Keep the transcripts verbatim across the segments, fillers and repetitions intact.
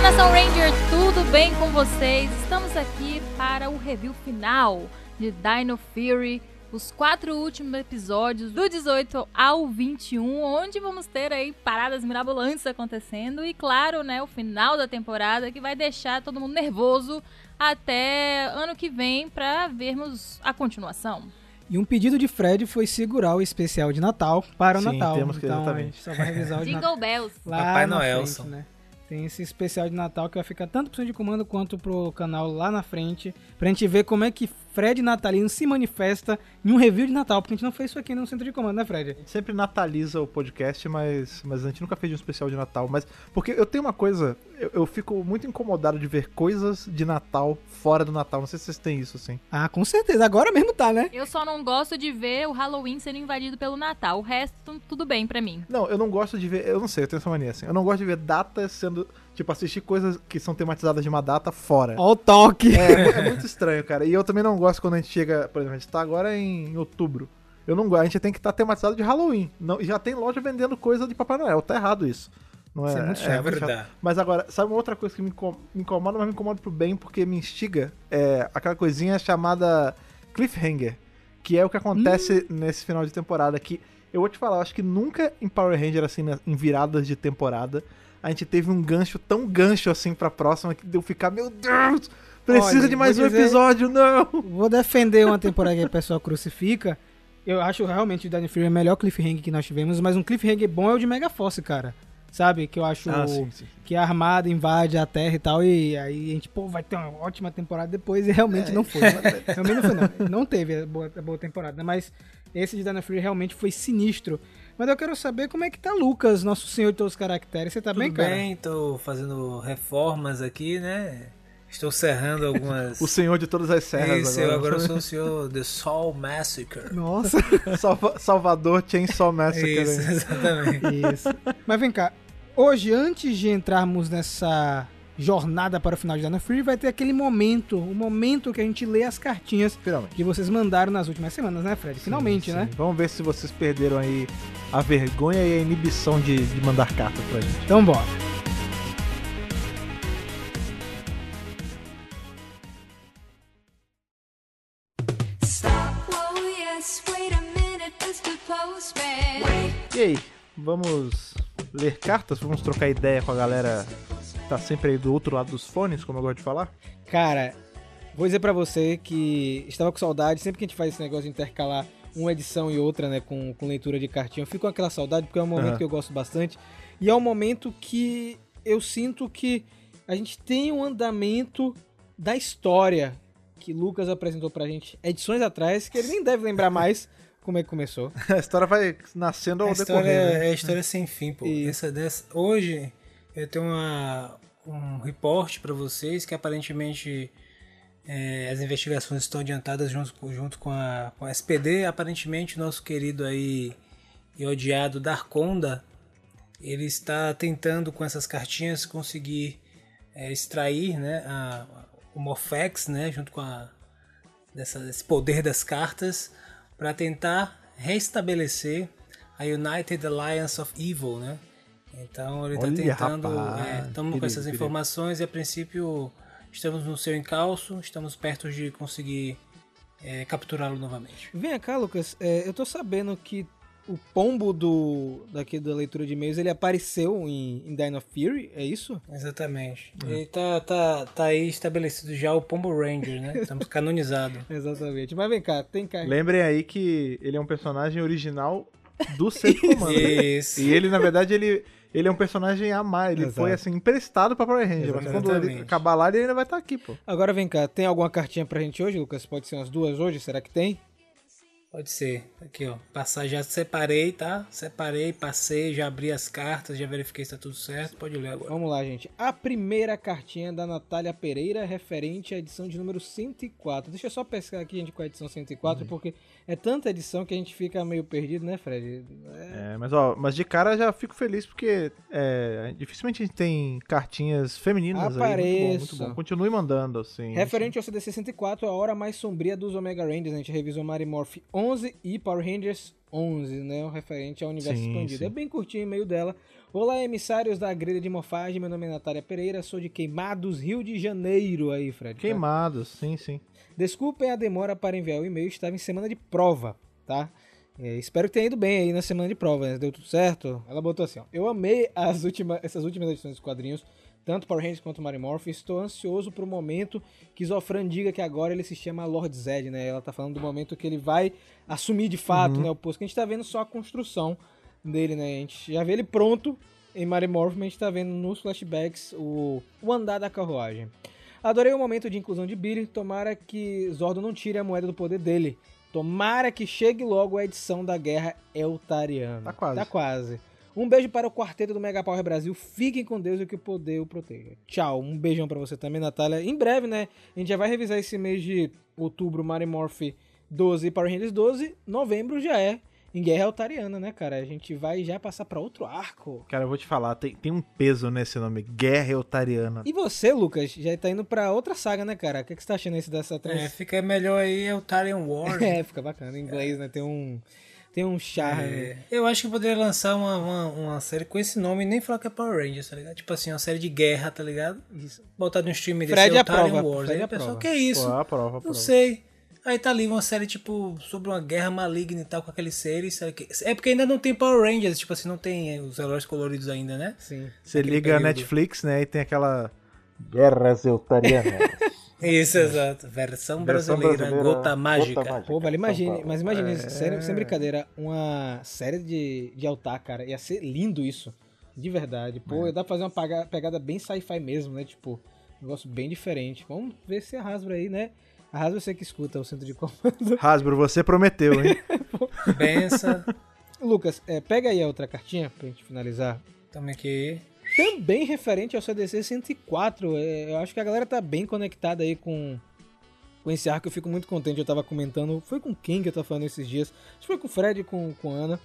Nação Ranger, tudo bem com vocês? Estamos aqui para o review final de Dino Fury, os quatro últimos episódios, do dezoito ao vinte e um, onde vamos ter aí paradas mirabolantes acontecendo e, claro, né, o final da temporada que vai deixar todo mundo nervoso até ano que vem para vermos a continuação. E um pedido de Fred foi segurar o especial de Natal para o Sim, Natal. Temos que, então exatamente. a gente só vai revisar o de Jingle Bells. Lá Papai na Noel. frente, né? Tem esse especial de Natal que vai ficar tanto pro Centro de Comando quanto pro canal lá na frente, pra gente ver como é que Fred Natalino se manifesta em um review de Natal, porque a gente não fez isso aqui no Centro de Comando, né, Fred? A gente sempre nataliza o podcast, mas, mas a gente nunca fez um especial de Natal. Mas porque eu tenho uma coisa, eu, eu fico muito incomodado de ver coisas de Natal fora do Natal. Não sei se vocês têm isso, assim. Ah, com certeza. Agora mesmo tá, né? Eu só não gosto de ver o Halloween sendo invadido pelo Natal. O resto, tudo bem pra mim. Não, eu não gosto de ver, eu não sei, eu tenho essa mania, assim. Eu não gosto de ver datas sendo, tipo, assistir coisas que são tematizadas de uma data fora. Ó o toque. É, é muito estranho, cara. E eu também não gosto quando a gente chega, por exemplo, a gente tá agora em outubro. Eu não gosto, a gente tem que estar tematizado de Halloween. Não, já tem loja vendendo coisa de Papai Noel, tá errado isso. Não é, Isso é muito chato. É muito verdade. Mas agora, sabe uma outra coisa que me inco- me incomoda, mas me incomoda pro bem, porque me instiga? É aquela coisinha chamada cliffhanger, que é o que acontece Hum. nesse final de temporada, que eu vou te falar, eu acho que nunca em Power Ranger, assim, na- em viradas de temporada, a gente teve um gancho tão gancho assim pra próxima que deu ficar, meu Deus, precisa Olha, de mais um vou dizer- episódio, não! Vou defender uma temporada que o pessoal crucifica. Eu acho realmente o Dino Fury é o melhor cliffhanger que nós tivemos, mas um cliffhanger bom é o de Megaforce, cara. Sabe? Que eu acho Ah, sim, sim. que a Armada invade a Terra e tal, e aí a gente, pô, vai ter uma ótima temporada depois, e realmente não foi. Realmente não foi, não. Não teve a boa, a boa temporada, mas esse de Dino Fury realmente foi sinistro. Mas eu quero saber como é que tá Lucas, nosso senhor de todos os caracteres. Você tá Tudo bem, cara? bem, tô fazendo reformas aqui, né? Estou serrando algumas... O senhor de todas as serras Isso, eu agora. agora sou o senhor The Soul Massacre. Nossa. Salva- Salvador Chainsaw Massacre. Isso, né? exatamente. Isso. Mas vem cá, hoje, antes de entrarmos nessa jornada para o final de Dino Fury, vai ter aquele momento, o momento que a gente lê as cartinhas Finalmente. que vocês mandaram nas últimas semanas, né, Fred? Finalmente, Sim, né? sim. Vamos ver se vocês perderam aí a vergonha e a inibição de, de mandar carta pra gente. Então bora. Whoa, yes, wait a minute, mister Postman. E aí, vamos ler cartas? Vamos trocar ideia com a galera que tá sempre aí do outro lado dos fones, como eu gosto de falar? Cara, vou dizer pra você que estava com saudade, sempre que a gente faz esse negócio de intercalar uma edição e outra, né, com, com leitura de cartinha, eu fico com aquela saudade porque é um momento Uhum. que eu gosto bastante e é um momento que eu sinto que a gente tem um andamento da história que Lucas apresentou pra gente edições atrás, que ele nem deve lembrar mais como é que começou. A história vai nascendo ao A história decorrer, né? é a história sem fim, pô. Isso. Essa, dessa, hoje eu tenho uma, um reporte pra vocês que aparentemente é, as investigações estão adiantadas junto, com- junto com, a, com a S P D. Aparentemente nosso querido aí e odiado Darkonda, ele está tentando com essas cartinhas conseguir é, extrair, né, a, o Morphex, né, junto com a, dessa, esse poder das cartas, para tentar restabelecer a United Alliance of Evil, né? Então ele está Olha, tentando, rapaz, estamos com perigo, essas perigo. informações e a princípio estamos no seu encalço, estamos perto de conseguir é, capturá-lo novamente. Vem cá, Lucas, é, eu tô sabendo que o pombo do, daqui da leitura de e-mails, ele apareceu em, em Dino Fury, é isso? Exatamente. Ele tá, tá, tá aí estabelecido já o Pombo Ranger, né? Estamos canonizados. Exatamente. Mas vem cá, tem cá. Lembrem aí que ele é um personagem original do Centro Comando. Isso. E ele, na verdade, ele, ele é um personagem a mais. Ele Exato. foi, assim, emprestado pra Power Ranger. Mas quando ele Exatamente. acabar lá, ele ainda vai estar aqui, pô. Agora vem cá, tem alguma cartinha pra gente hoje, Lucas? Pode ser umas duas hoje? Será que tem? Pode ser. Aqui, ó. Passar, já separei, tá? Separei, passei, já abri as cartas, já verifiquei se tá tudo certo. Pode ler agora. Vamos lá, gente. A primeira cartinha da Natália Pereira, referente à edição de número cento e quatro. Deixa eu só pescar aqui, gente, com a edição cento e quatro, Uhum. porque é tanta edição que a gente fica meio perdido, né, Fred? É... É, mas, ó, mas de cara já fico feliz porque é, dificilmente a gente tem cartinhas femininas aí. Muito bom, muito Apareça. bom. Continue mandando, assim. Referente ao C D C cento e quatro, a hora mais sombria dos Omega Rangers. A gente revisou Mary Morph onze e Power Rangers onze, né? O referente ao universo Sim, expandido. sim. É bem curtinho o e-mail dela. Olá, emissários da grelha de morfagem. Meu nome é Natália Pereira, sou de Queimados, Rio de Janeiro. Aí, Fred. Queimados, sim, sim. Desculpem a demora para enviar o e-mail, estava em semana de prova, tá? É, espero que tenha ido bem aí na semana de prova, né? Deu tudo certo? Ela botou assim, ó. Eu amei as últimas, essas últimas edições dos quadrinhos, tanto Power Rangers quanto Mighty Morphin. Estou ansioso pro momento que Zofran diga que agora ele se chama Lord Zed, né? Ela tá falando do momento que ele vai assumir de fato, Uhum. né? O posto que a gente tá vendo só a construção dele, né? A gente já vê ele pronto em Mighty Morphin, a gente tá vendo nos flashbacks o, o andar da carruagem. Adorei o momento de inclusão de Billy, tomara que Zordon não tire a moeda do poder dele. Tomara que chegue logo a edição da Guerra Eltariana. Tá quase. Tá quase. Um beijo para o quarteto do Mega Power Brasil. Fiquem com Deus e que o poder o proteja. Tchau. Um beijão pra você também, Natália. Em breve, né? A gente já vai revisar esse mês de outubro, Mighty Morphin doze e Power Rangers doze. Novembro já é em Guerra Eltariana, né, cara? A gente vai já passar pra outro arco. Cara, eu vou te falar, tem, tem um peso nesse nome, Guerra Eltariana. E você, Lucas, já tá indo pra outra saga, né, cara? O que, que você tá achando aí dessa É, trans... fica melhor aí é o Tarian Wars. É, fica bacana. Em inglês, né? Tem um, tem um charme. É, eu acho que poderia lançar uma, uma, uma série com esse nome e nem falar que é Power Rangers, tá ligado? Tipo assim, uma série de guerra, tá ligado? Isso. Botar no stream desse Fred é o aprova, Tarian Wars. Fred Aí o pessoal, aprova. que é isso? Pô, a prova, a Não prova. sei. Aí tá ali uma série, tipo, sobre uma guerra maligna e tal com aqueles seres. sabe que- É porque ainda não tem Power Rangers, tipo assim, não tem os heróis coloridos ainda, né? Sim. Você Aquele liga a período. Netflix, né, e tem aquela... Guerras Eltarianas. Isso, exato. Versão brasileira, brasileira, Gota Mágica. Gota Mágica. Pô, velho, imagine, São Paulo. mas imagine, É. sério, sem brincadeira, uma série de, de Altar, cara, ia ser lindo isso, de verdade. Pô, ia dar pra fazer uma paga- pegada bem sci-fi mesmo, né, tipo, um negócio bem diferente. Vamos ver se a Hasbro aí, né, a Hasbro você que escuta o centro de comando. Hasbro, você prometeu, hein? Benção. Lucas, é, pega aí a outra cartinha pra gente finalizar. Tamo aqui. Também referente ao C D C cento e quatro, é, eu acho que a galera tá bem conectada aí com, com esse arco, eu fico muito contente, eu tava comentando, foi com quem que eu tava falando esses dias? Acho que foi com o Fred e com, com a Ana,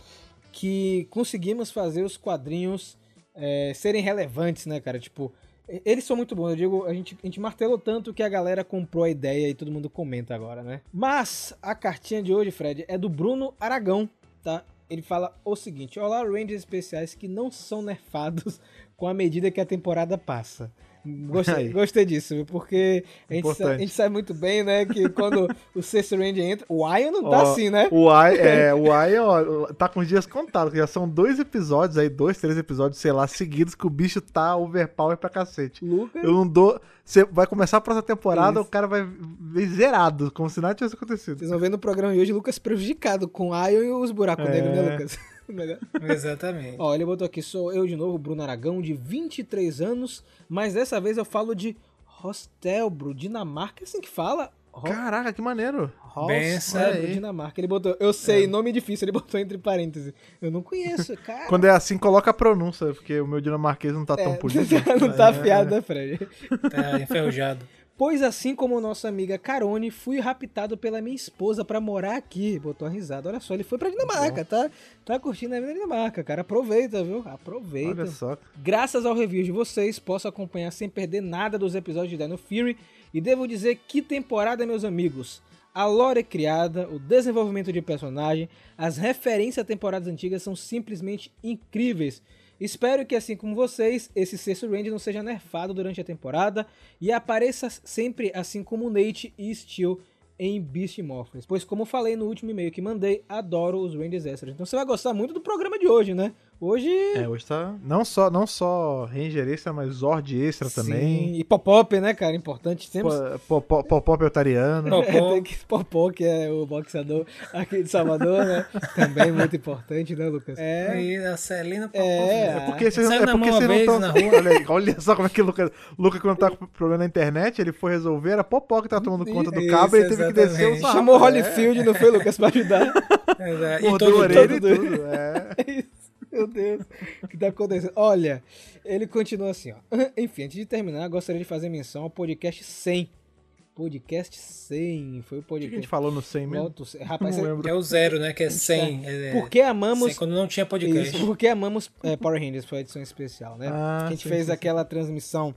que conseguimos fazer os quadrinhos é, serem relevantes, né, cara, tipo, e- eles são muito bons, eu digo, a gente, a gente martelou tanto que a galera comprou a ideia e todo mundo comenta agora, né? Mas a cartinha de hoje, Fred, é do Bruno Aragão, tá? Ele fala o seguinte: olá, Rangers especiais que não são nerfados com a medida que a temporada passa. Gostei, Aí. gostei disso, viu? Porque a gente, sa- Importante. a gente sabe muito bem, né, que quando o sexto Ranger entra, o Iron não tá Ó, assim, né? O Ai, é, o Ai, ó, tá com os dias contados, já são dois episódios aí, dois, três episódios, sei lá, seguidos que o bicho tá overpower pra cacete. Lucas, Eu não dou. Você vai começar a próxima temporada, Isso. o cara vai ver zerado, como se nada tivesse acontecido. vocês vão ver no programa de hoje, Lucas prejudicado com o Iron e os buracos É. negros, né, Lucas? Melhor. Exatamente. Ó, ele botou aqui, sou eu de novo, Bruno Aragão, de vinte e três anos, mas dessa vez eu falo de Hostelbro, Dinamarca, é assim que fala? Ho- Caraca, que maneiro. Benção. Hostelbro, aí. Dinamarca. Ele botou, eu sei, nome difícil, ele botou entre parênteses. Eu não conheço, cara. Quando é assim, coloca a pronúncia, porque o meu dinamarquês não tá tão É, polido. não tá afiado, né, Fred? Tá enferrujado. Pois assim como nossa amiga Carone, fui raptado pela minha esposa pra morar aqui. Botou uma risada. Olha só, ele foi pra Dinamarca, tá? Tá curtindo a vida da Dinamarca, cara. Aproveita, viu? Aproveita. Olha só. Graças ao review de vocês, posso acompanhar sem perder nada dos episódios de Dino Fury. E devo dizer que temporada, meus amigos. A lore criada, o desenvolvimento de personagem, as referências a temporadas antigas são simplesmente incríveis. Espero que, assim como vocês, esse sexto Ranger não seja nerfado durante a temporada e apareça sempre assim como Nate e Steel em Beast Morphers. Pois, como falei no último e-mail que mandei, adoro os Rangers Extras. Então você vai gostar muito do programa de hoje, né? Hoje... É, hoje tá. Não só, não só Ranger Extra, mas Zord Extra também. Sim, e Pop-Up, né, cara? Importante. Temos... Po- po- Pop-Up Eltariano. Popó. É, tem que Popó, que é o boxeador aqui de Salvador, né? Também muito importante, né, Lucas? É. Aí a Celina Popó. É, É porque vocês, Saiu é na porque mão vocês uma não vez estão. na rua. Olha, aí, olha só como é que o Lucas, Lucas, quando tá com problema na internet, ele foi resolver, era Popó que tava tomando conta do Isso, cabo e ele teve que descer o exatamente. sarrafo. Chamou É, Holyfield, não foi, Lucas, pra ajudar? Exato. E mordeu a todo, orelha e todo- tudo. É. É isso. Meu Deus, o que tá acontecendo? Olha, ele continua assim, ó. Enfim, antes de terminar, gostaria de fazer menção ao podcast cem. Podcast cem, foi o O que a gente podcast. falou no cem mesmo? Volto, Rapaz, Não é- lembro. que é o zero, né? Que é cem. É, porque amamos... cem, quando não tinha podcast. Isso, porque amamos é, Power Rangers, foi a edição especial, né? Ah, a gente sim, fez sim, aquela transmissão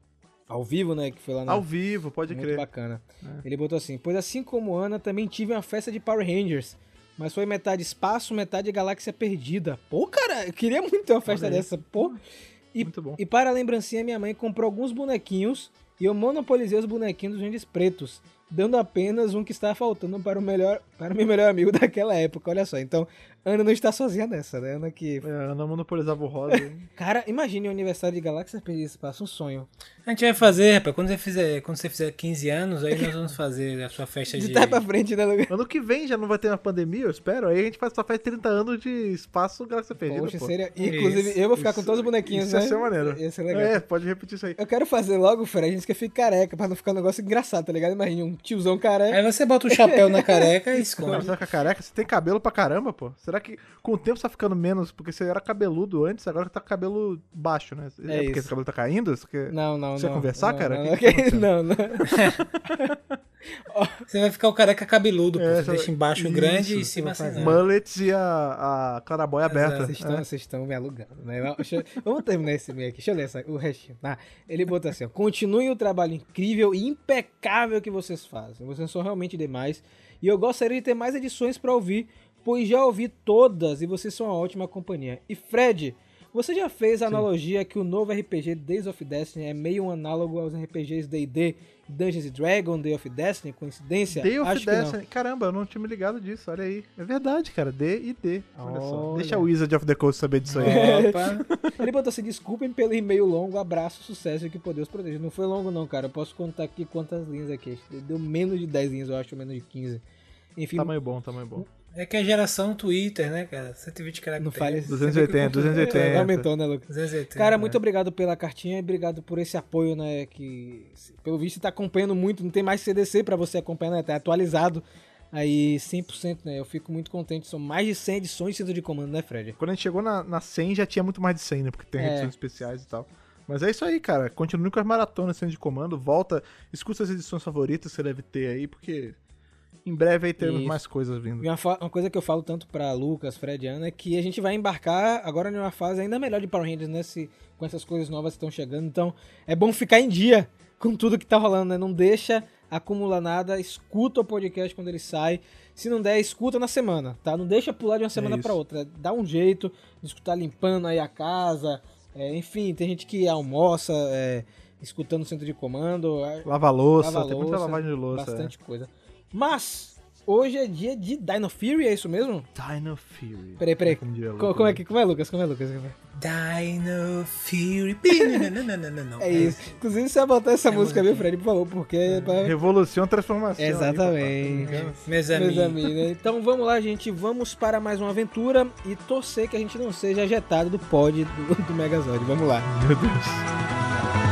ao vivo, né? Que foi lá na... Ao vivo, pode Muito crer. bacana. Ele botou assim: pois assim como Ana, também tive uma festa de Power Rangers. mas foi metade espaço, metade galáxia perdida. Pô, cara, eu queria muito ter uma festa Olha aí. dessa, pô. E, Muito bom. e para a lembrancinha, minha mãe comprou alguns bonequinhos e eu monopolizei os bonequinhos dos Duendes Pretos, dando apenas um que estava faltando para o melhor, para o meu melhor amigo daquela época. Olha só, então Ana não está sozinha nessa, né? Ana que... É, Ana monopolizava o rosa. hein? Cara, imagine o aniversário de Galáxia Perdida Espaço, um sonho. A gente vai fazer, rapaz, quando você fizer, quando você fizer quinze anos, aí nós vamos fazer a sua festa De de... trás pra frente, né, Lucas? Ano que vem já não vai ter uma pandemia, eu espero. Aí a gente faz só faz trinta anos de espaço Galáxia Perdida, Poxa, pô. seria... Inclusive, Isso, eu vou ficar com todos os bonequinhos, Isso né? ia ser maneiro. Ia ser legal. É, pode repetir isso aí. Eu quero fazer logo, Fred, antes que eu fique careca, pra não ficar um negócio engraçado, tá ligado? Imagina um tiozão careca. Aí você bota o chapéu na careca e Cara, esconde. você vai ficar careca? Você tem cabelo pra caramba, pô. Será que com o tempo você tá ficando menos? Porque você era cabeludo antes, agora tá com cabelo baixo, né? É, porque isso. esse cabelo tá caindo? Você quer... Não, não, Você não. ia conversar, não, cara? Não, Que não, que tá que- acontecendo? não, não. Você vai ficar o careca cabeludo, pô. É, Você você deixa vai- embaixo Isso, grande e em você cima vai fazer. assim. Mullets e a, a clarabóia aberta. Vocês estão, É. vocês estão me alugando, né? Deixa eu- Vamos terminar esse e-mail aqui. Deixa eu ler essa, o restinho. Ah, ele botou assim, ó. Continuem o trabalho incrível e impecável que vocês fazem. Vocês são realmente demais. E eu gostaria de ter mais edições pra ouvir, pois já ouvi todas e vocês são uma ótima companhia. E Fred, você já fez a analogia que o novo R P G Days of Destiny é meio um análogo aos R P Gs D e D, Dungeons and Dragons, Day of Destiny? Coincidência? Day of Acho que não. Destiny. Caramba, eu não tinha me ligado disso. Olha aí. É verdade, cara. D e D. Olha só. Olha. Deixa o Wizard of the Coast saber disso aí. Opa. Ele botou assim, desculpem pelo e-mail longo, abraço, sucesso e que Deus proteja. Não foi longo não, cara, eu posso contar aqui quantas linhas aqui. Deu menos de dez linhas, eu acho, menos de quinze. Enfim, Tamanho bom, tamanho bom. É que é geração Twitter, né, cara? cento e vinte caracteres. não fale isso. duzentos e oitenta, duzentos e oitenta. Aumentou, né, Lucas? duzentos e oitenta, Cara, né? muito obrigado pela cartinha e obrigado por esse apoio, né, que pelo visto você tá acompanhando muito, não tem mais C D C pra você acompanhar, né, tá atualizado aí cem por cento, né, eu fico muito contente, são mais de cem edições de centro de comando, né, Fred? Quando a gente chegou na, na cem, já tinha muito mais de cem, né? Porque tem É. edições especiais e tal. Mas é isso aí, cara. Continue com as maratonas sendo de comando. Volta, escuta as edições favoritas que você deve ter aí, porque em breve aí teremos Isso. mais coisas vindo. E uma, fa- uma coisa que eu falo tanto pra Lucas, Fred e Ana é que a gente vai embarcar agora numa fase ainda melhor de Power Rangers, né? Se, com essas coisas novas que estão chegando. Então, é bom ficar em dia com tudo que tá rolando, né? Não deixa acumular nada, escuta o podcast quando ele sai. Se não der, escuta na semana, tá? Não deixa pular de uma semana isso. pra outra. Dá um jeito de escutar limpando aí a casa. é, enfim, tem gente que almoça é, escutando o centro de comando. é, Lava a louça, lava tem muita louça, lavagem de louça. Bastante coisa. Mas, hoje é dia de Dino Fury, é isso mesmo? É. Dino Fury. Peraí, peraí. Como diria Co- Lucas. Como é, que, como é, Lucas? Como é, Lucas? Como é? Dino Fury. Pi, não, não, não, não, não, não. É isso. Inclusive, você vai botar essa É música, música. viu, Fred? Por favor, porque... é pra- Revolução, transformação. aí, Exatamente. papai. Meus Meus amigos. amigos, né? Então vamos lá, gente. Vamos para mais uma aventura e torcer que a gente não seja ejetado do pod do, do Megazord. Vamos lá. Meu Deus.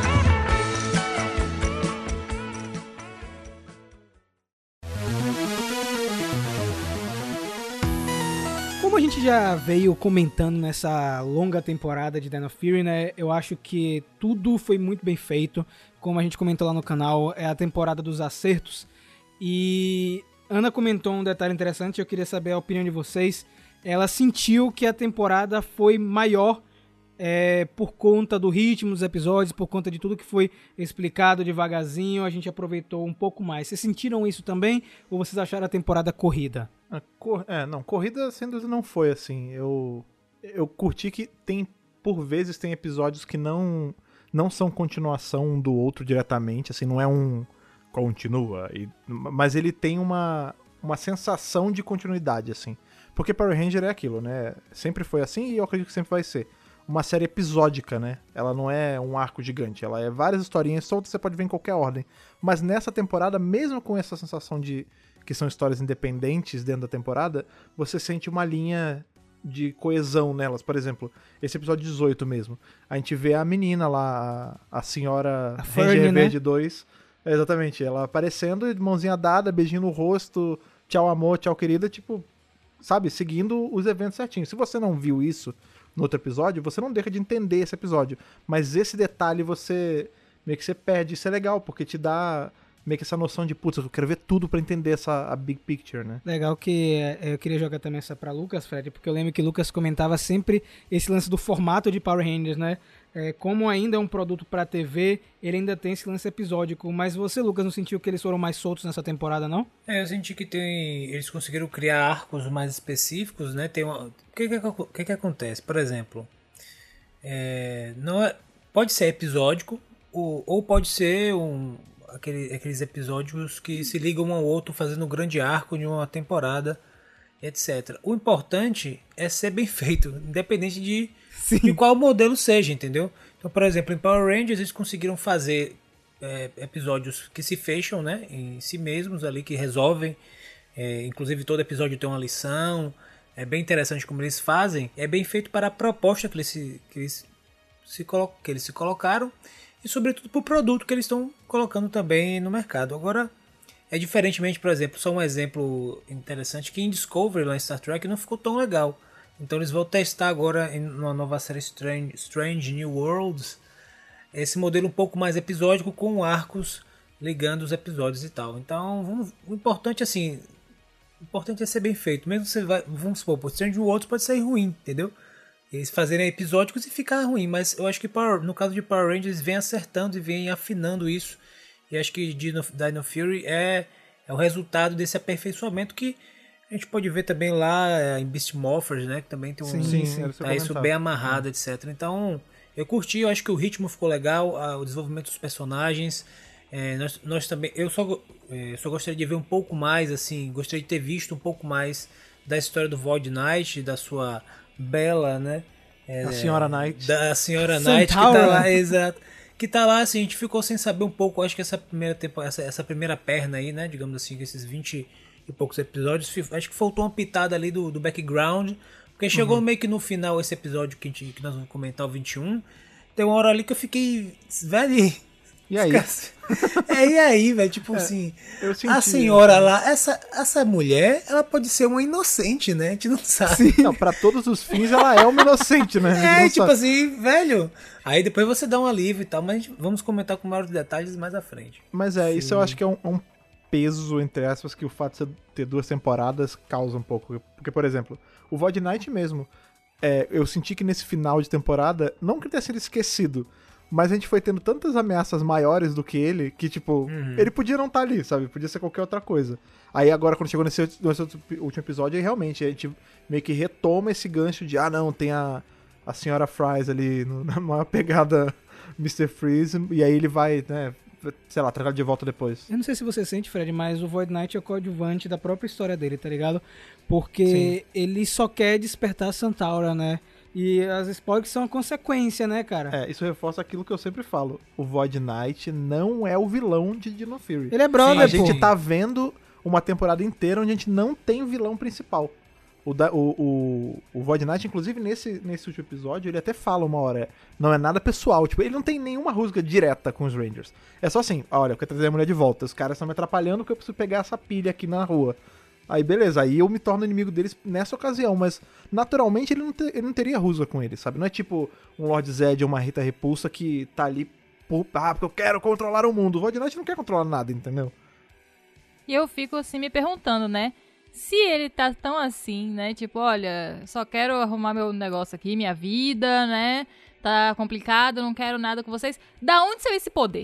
Como a gente já veio comentando nessa longa temporada de Dino Fury, né? Eu acho que tudo foi muito bem feito. Como a gente comentou lá no canal, é a temporada dos acertos. E Ana comentou um detalhe interessante, eu queria saber a opinião de vocês. Ela sentiu que a temporada foi maior é, por conta do ritmo dos episódios, por conta de tudo que foi explicado devagarzinho, a gente aproveitou um pouco mais. Vocês sentiram isso também ou vocês acharam a temporada corrida? Ah, cor- É, não, corrida sem dúvida não foi assim. Eu eu curti que tem, por vezes, tem episódios que não não são continuação um do outro diretamente, assim, não é um continua, e, mas ele tem uma, uma sensação de continuidade, assim. Porque Power Ranger é aquilo, né? Sempre foi assim e eu acredito que sempre vai ser. Uma série episódica, né? Ela não é um arco gigante, ela é várias historinhas soltas, você pode ver em qualquer ordem. Mas nessa temporada, mesmo com essa sensação de que são histórias independentes dentro da temporada, você sente uma linha de coesão nelas. Por exemplo, esse episódio dezoito mesmo. A gente vê a menina lá, a, a senhora A Fernie, Ranger né? Verde dois. É, exatamente, ela aparecendo, mãozinha dada, beijinho no rosto, tchau amor, tchau querida, tipo, sabe, seguindo os eventos certinho. Se você não viu isso no outro episódio, você não deixa de entender esse episódio. Mas esse detalhe você meio que você perde. Isso é legal, porque te dá meio que essa noção de, putz, eu quero ver tudo pra entender essa a big picture, né? Legal que é, eu queria jogar também essa pra Lucas, Fred, porque eu lembro que Lucas comentava sempre esse lance do formato de Power Rangers, né? é, como ainda é um produto pra T V, ele ainda tem esse lance episódico. Mas você, Lucas, não sentiu que eles foram mais soltos nessa temporada, não? É, eu senti que tem, eles conseguiram criar arcos mais específicos, né? Tem uma, o que que, o que que acontece? Por exemplo, é, não é, pode ser episódico ou, ou pode ser um, aquele, aqueles episódios que se ligam um ao outro fazendo um grande arco de uma temporada, etcétera. O importante é ser bem feito, independente de, de qual modelo seja, entendeu? Então, por exemplo, em Power Rangers eles conseguiram fazer é, episódios que se fecham, né, em si mesmos ali, que resolvem. É, inclusive todo episódio tem uma lição. É bem interessante como eles fazem. É bem feito para a proposta que eles se, que eles se, colo- que eles se colocaram e sobretudo para o produto que eles estão colocando também no mercado. Agora, é diferentemente, por exemplo, só um exemplo interessante, que em Discovery, lá em Star Trek, não ficou tão legal. Então eles vão testar agora em uma nova série Strange, Strange New Worlds, esse modelo um pouco mais episódico, com arcos ligando os episódios e tal. Então, vamos, o importante assim, o importante é ser bem feito. Mesmo que você vai, vamos supor, por Strange New Worlds pode sair ruim, entendeu? Eles fazerem episódicos e ficar ruim, mas eu acho que Power, no caso de Power Rangers eles vêm acertando e vêm afinando isso. E acho que Dino, Dino Fury é, é o resultado desse aperfeiçoamento que a gente pode ver também lá em Beast Morphers, né? Que também tem um, Sim, Sim, sim. era isso que eu tá isso comentava. bem amarrado, etcétera. Então, eu curti, eu acho que o ritmo ficou legal, a- o desenvolvimento dos personagens. É, nós, nós também, eu só, go- é, só gostaria de ver um pouco mais, assim, gostaria de ter visto um pouco mais da história do Void Knight, da sua Bella, né? É, A Senhora Knight. Da Senhora Knight, que tá Centaura. lá, exato. Que tá lá, assim, a gente ficou sem saber um pouco, acho que essa primeira tempo, essa, essa primeira perna aí, né? Digamos assim, com esses vinte e poucos episódios, fi- acho que faltou uma pitada ali do, do background. Porque chegou Uhum. meio que no final esse episódio que, a gente, que nós vamos comentar, o vinte e um. Tem uma hora ali que eu fiquei. Velho. E aí? esquece. É, e aí, velho? Tipo assim. eu senti A senhora lá, essa, essa mulher, ela pode ser uma inocente, né? A gente não sabe. Não, pra todos os fins ela é uma inocente, né? A gente É, não tipo sabe. assim, velho. Aí depois você dá um alívio e tal, mas a gente, vamos comentar com maiores detalhes mais à frente. Mas é, isso eu acho que é um, é um peso, entre aspas, que o fato de você ter duas temporadas causa um pouco. Porque, por exemplo, o Void Knight mesmo, é, eu senti que nesse final de temporada, não que ele tenha sido esquecido, mas a gente foi tendo tantas ameaças maiores do que ele, que, tipo, ele podia não estar ali, sabe? Podia ser qualquer outra coisa. Aí agora, quando chegou nesse, nesse outro- último episódio, aí realmente a gente meio que retoma esse gancho de, ah, não, tem a, a senhora Fries ali no- na maior pegada mister Freeze, e aí ele vai, né, sei lá, trazer de volta depois. Eu não sei se você sente, Fred, mas o Void Knight é o coadjuvante da própria história dele, tá ligado? Porque ele só quer despertar a Centaura, né? E as spoilers são a consequência, né, cara? É, isso reforça aquilo que eu sempre falo. O Void Knight não é o vilão de Dino Fury. Ele é brother, a pô. gente tá vendo uma temporada inteira onde a gente não tem vilão principal. O, da- o, o, o Void Knight, inclusive, nesse, nesse último episódio, ele até fala uma hora, é, não é nada pessoal. Tipo, ele não tem nenhuma rusga direta com os Rangers. É só assim, olha, eu quero trazer a mulher de volta. Os caras estão me atrapalhando porque eu preciso pegar essa pilha aqui na rua. Aí, beleza, aí eu me torno inimigo deles nessa ocasião, mas naturalmente ele não, te- ele não teria rusga com eles, sabe? Não é tipo um Lord Zed ou uma Rita Repulsa que tá ali, por, ah, porque eu quero controlar o mundo. O Void Knight não quer controlar nada, entendeu? E eu fico assim me perguntando, né? Se ele tá tão assim, né? Tipo, olha, só quero arrumar meu negócio aqui, minha vida, né? Tá complicado, não quero nada com vocês. Da onde saiu esse poder?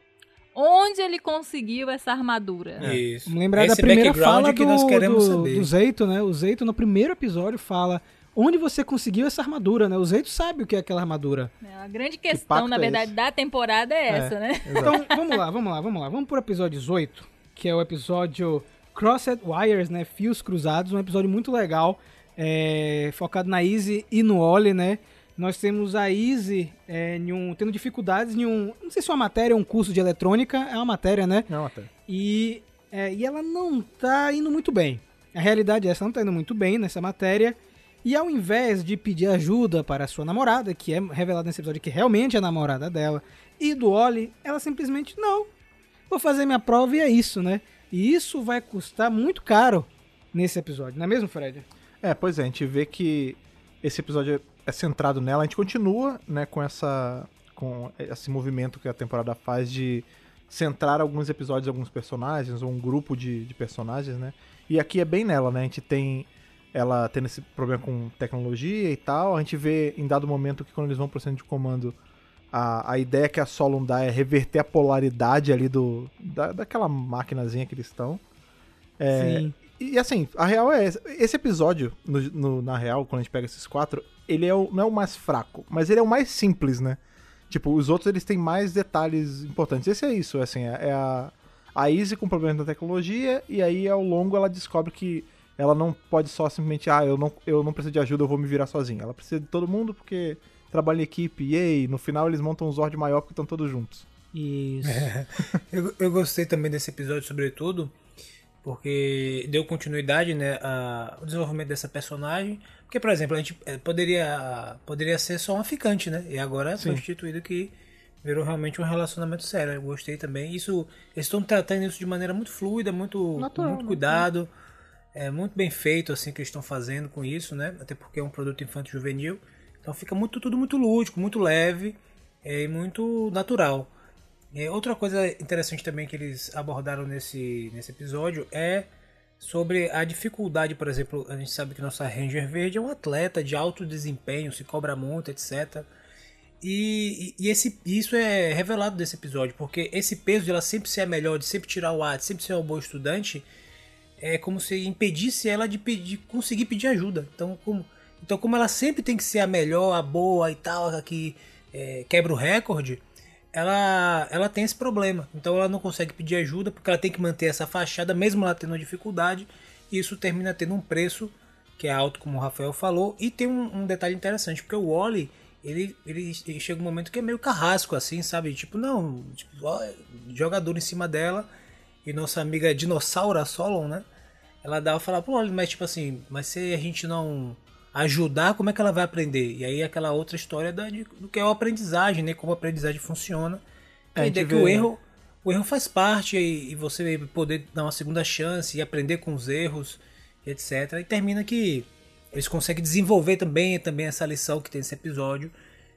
Onde ele conseguiu essa armadura? Isso. Vamos lembrar Esse da primeira background fala que do, nós queremos do, saber. do Zeito, né? O Zeito, no primeiro episódio, fala onde você conseguiu essa armadura, né? O Zeito sabe o que é aquela armadura. É, a grande pacto questão, na é verdade, esse? da temporada é, essa, né? Então, vamos lá, vamos lá, vamos lá. Vamos pro episódio dezoito, que é o episódio Crossed Wires, né? Fios Cruzados. Um episódio muito legal, é, focado na Izzy e no Oli, né? Nós temos a Izzy é, em um- tendo dificuldades em um... Não sei se é uma matéria ou um curso de eletrônica. É uma matéria, né? Não, até. E, é, e ela não tá indo muito bem. A realidade é essa, ela não tá indo muito bem nessa matéria. E ao invés de pedir ajuda para a sua namorada, que é revelado nesse episódio que realmente é a namorada dela, e do Oli, ela simplesmente, não, vou fazer minha prova e é isso, né? E isso vai custar muito caro nesse episódio, não é mesmo, Fred? É, pois é, a gente vê que esse episódio é centrado nela, a gente continua, né, com essa com esse movimento que a temporada faz de centrar alguns episódios em alguns personagens, ou um grupo de, de personagens, né? E aqui é bem nela, né? A gente tem ela tendo esse problema com tecnologia e tal, a gente vê em dado momento que quando eles vão pro centro de comando, a, a ideia que a Solon dá é reverter a polaridade ali do, da, daquela maquinazinha que eles estão. É, Sim. e assim, a real é essa. Esse episódio, no, no- na real, quando a gente pega esses quatro, ele é o, não é o mais fraco, mas ele é o mais simples, né? Tipo, os outros eles têm mais detalhes importantes. Esse é isso, assim, é, é a, a Izzy com problema da tecnologia, e aí ao longo ela descobre que ela não pode só simplesmente, ah, eu não, eu não preciso de ajuda, eu vou me virar sozinha. Ela precisa de todo mundo porque trabalha em equipe, e aí, no final eles montam um Zord maior porque estão todos juntos. Isso. Eu, eu gostei também desse episódio, sobretudo, porque deu continuidade, né, a- ao desenvolvimento dessa personagem. Porque, por exemplo, a gente eh, poderia, poderia ser só uma ficante, né? E agora foi Sim. instituído que virou realmente um relacionamento sério. Eu gostei também. Isso, eles estão tratando isso de maneira muito fluida, muito, Natural, com muito cuidado. É muito bem feito assim que eles estão fazendo com isso, né? Até porque é um produto infantil juvenil. Então fica muito, tudo muito lúdico, muito leve é, e muito natural. É, outra coisa interessante também que eles abordaram nesse, nesse episódio é sobre a dificuldade, por exemplo, a gente sabe que nossa Ranger Verde é um atleta de alto desempenho, se cobra muito, etcétera. E, e, e esse, isso é revelado desse episódio, porque esse peso de ela sempre ser a melhor, de sempre tirar o ar, de sempre ser uma boa estudante, é como se impedisse ela de, pedir, de conseguir pedir ajuda. Então como, então, como ela sempre tem que ser a melhor, a boa e tal, a que é, quebra o recorde, ela, ela tem esse problema. Então ela não consegue pedir ajuda porque ela tem que manter essa fachada, mesmo ela tendo uma dificuldade, e isso termina tendo um preço que é alto, como o Rafael falou. E tem um, um detalhe interessante, porque o Wally, ele, ele, ele chega um momento que é meio carrasco, assim, sabe? Tipo, não, tipo, ó, jogador em cima dela. E nossa amiga dinossauro, a Solon, né? Ela dava falar, pô, olha, mas tipo assim, mas se a gente não ajudar, como é que ela vai aprender? E aí aquela outra história da, de, do que é a aprendizagem, né? Como a aprendizagem funciona. É, A a ideia gente que o vê- erro, o erro faz parte e, e você poder dar uma segunda chance e aprender com os erros, etcétera. E termina que eles conseguem desenvolver também, também essa lição que tem nesse episódio,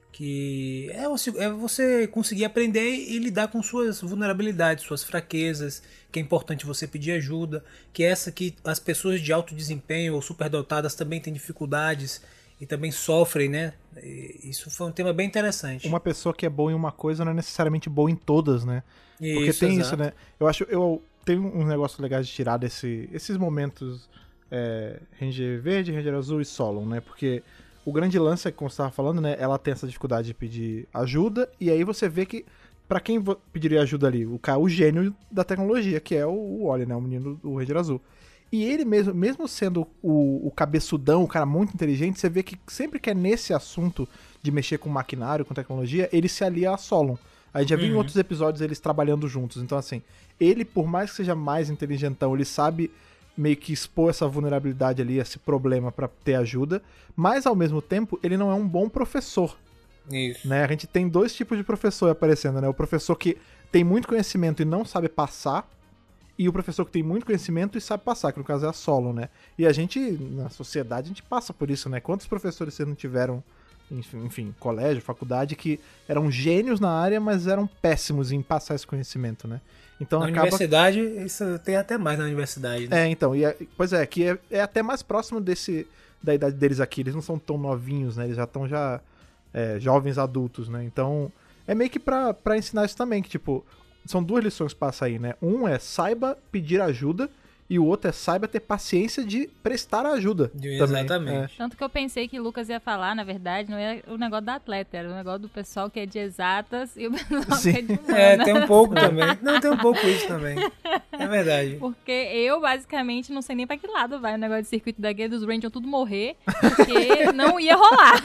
que é você, é você conseguir aprender e lidar com suas vulnerabilidades, suas fraquezas, que é importante você pedir ajuda, que é essa que as pessoas de alto desempenho ou superdotadas também têm dificuldades e também sofrem, né? E isso foi um tema bem interessante. Uma pessoa que é boa em uma coisa não é necessariamente boa em todas, né? Porque Isso, tem exato. isso, né? Eu acho, eu tenho uns negócios legais de tirar desse, esses momentos é, Ranger Verde, Ranger Azul e Solon, né? Porque o grande lance é que, como você estava falando, né? Ela tem essa dificuldade de pedir ajuda, e aí você vê que pra quem vo- pediria ajuda ali? O cara, o gênio da tecnologia, que é o, o Wally, né? O menino do Ranger Azul. E ele mesmo, mesmo sendo o, o cabeçudão, o cara muito inteligente, você vê que sempre que é nesse assunto de mexer com maquinário, com tecnologia, ele se alia a Solon. A gente já viu em Uhum. outros episódios eles trabalhando juntos. Então, assim, ele, por mais que seja mais inteligentão, ele sabe meio que expor essa vulnerabilidade ali, esse problema pra ter ajuda, mas ao mesmo tempo ele não é um bom professor, Isso. né? A gente tem dois tipos de professor aparecendo, né? O professor que tem muito conhecimento e não sabe passar, e o professor que tem muito conhecimento e sabe passar, que no caso é a Solon, né? E a gente, na sociedade, a gente passa por isso, né? Quantos professores vocês não tiveram, enfim, enfim, colégio, faculdade, que eram gênios na área, mas eram péssimos em passar esse conhecimento, né? Então Na acaba... universidade, isso tem até mais na universidade, né? É, então, e é- pois é, que é, é até mais próximo desse da idade deles aqui, eles não são tão novinhos, né? Eles já estão já é, jovens adultos, né? Então, é meio que pra, pra ensinar isso também, que tipo, são duas lições que passa aí, né? Um é saiba pedir ajuda e o outro é saiba ter paciência de prestar ajuda. De- também. exatamente. Tanto que eu pensei que o Lucas ia falar, na verdade, não é o negócio da atleta, era o negócio do pessoal que é de exatas e o pessoal Sim. que é de humanas. É, tem um pouco também. Não, tem um pouco isso também. É verdade. Porque eu, basicamente, não sei nem pra que lado vai o negócio de circuito da guia dos Rangers tudo morrer, porque não ia rolar.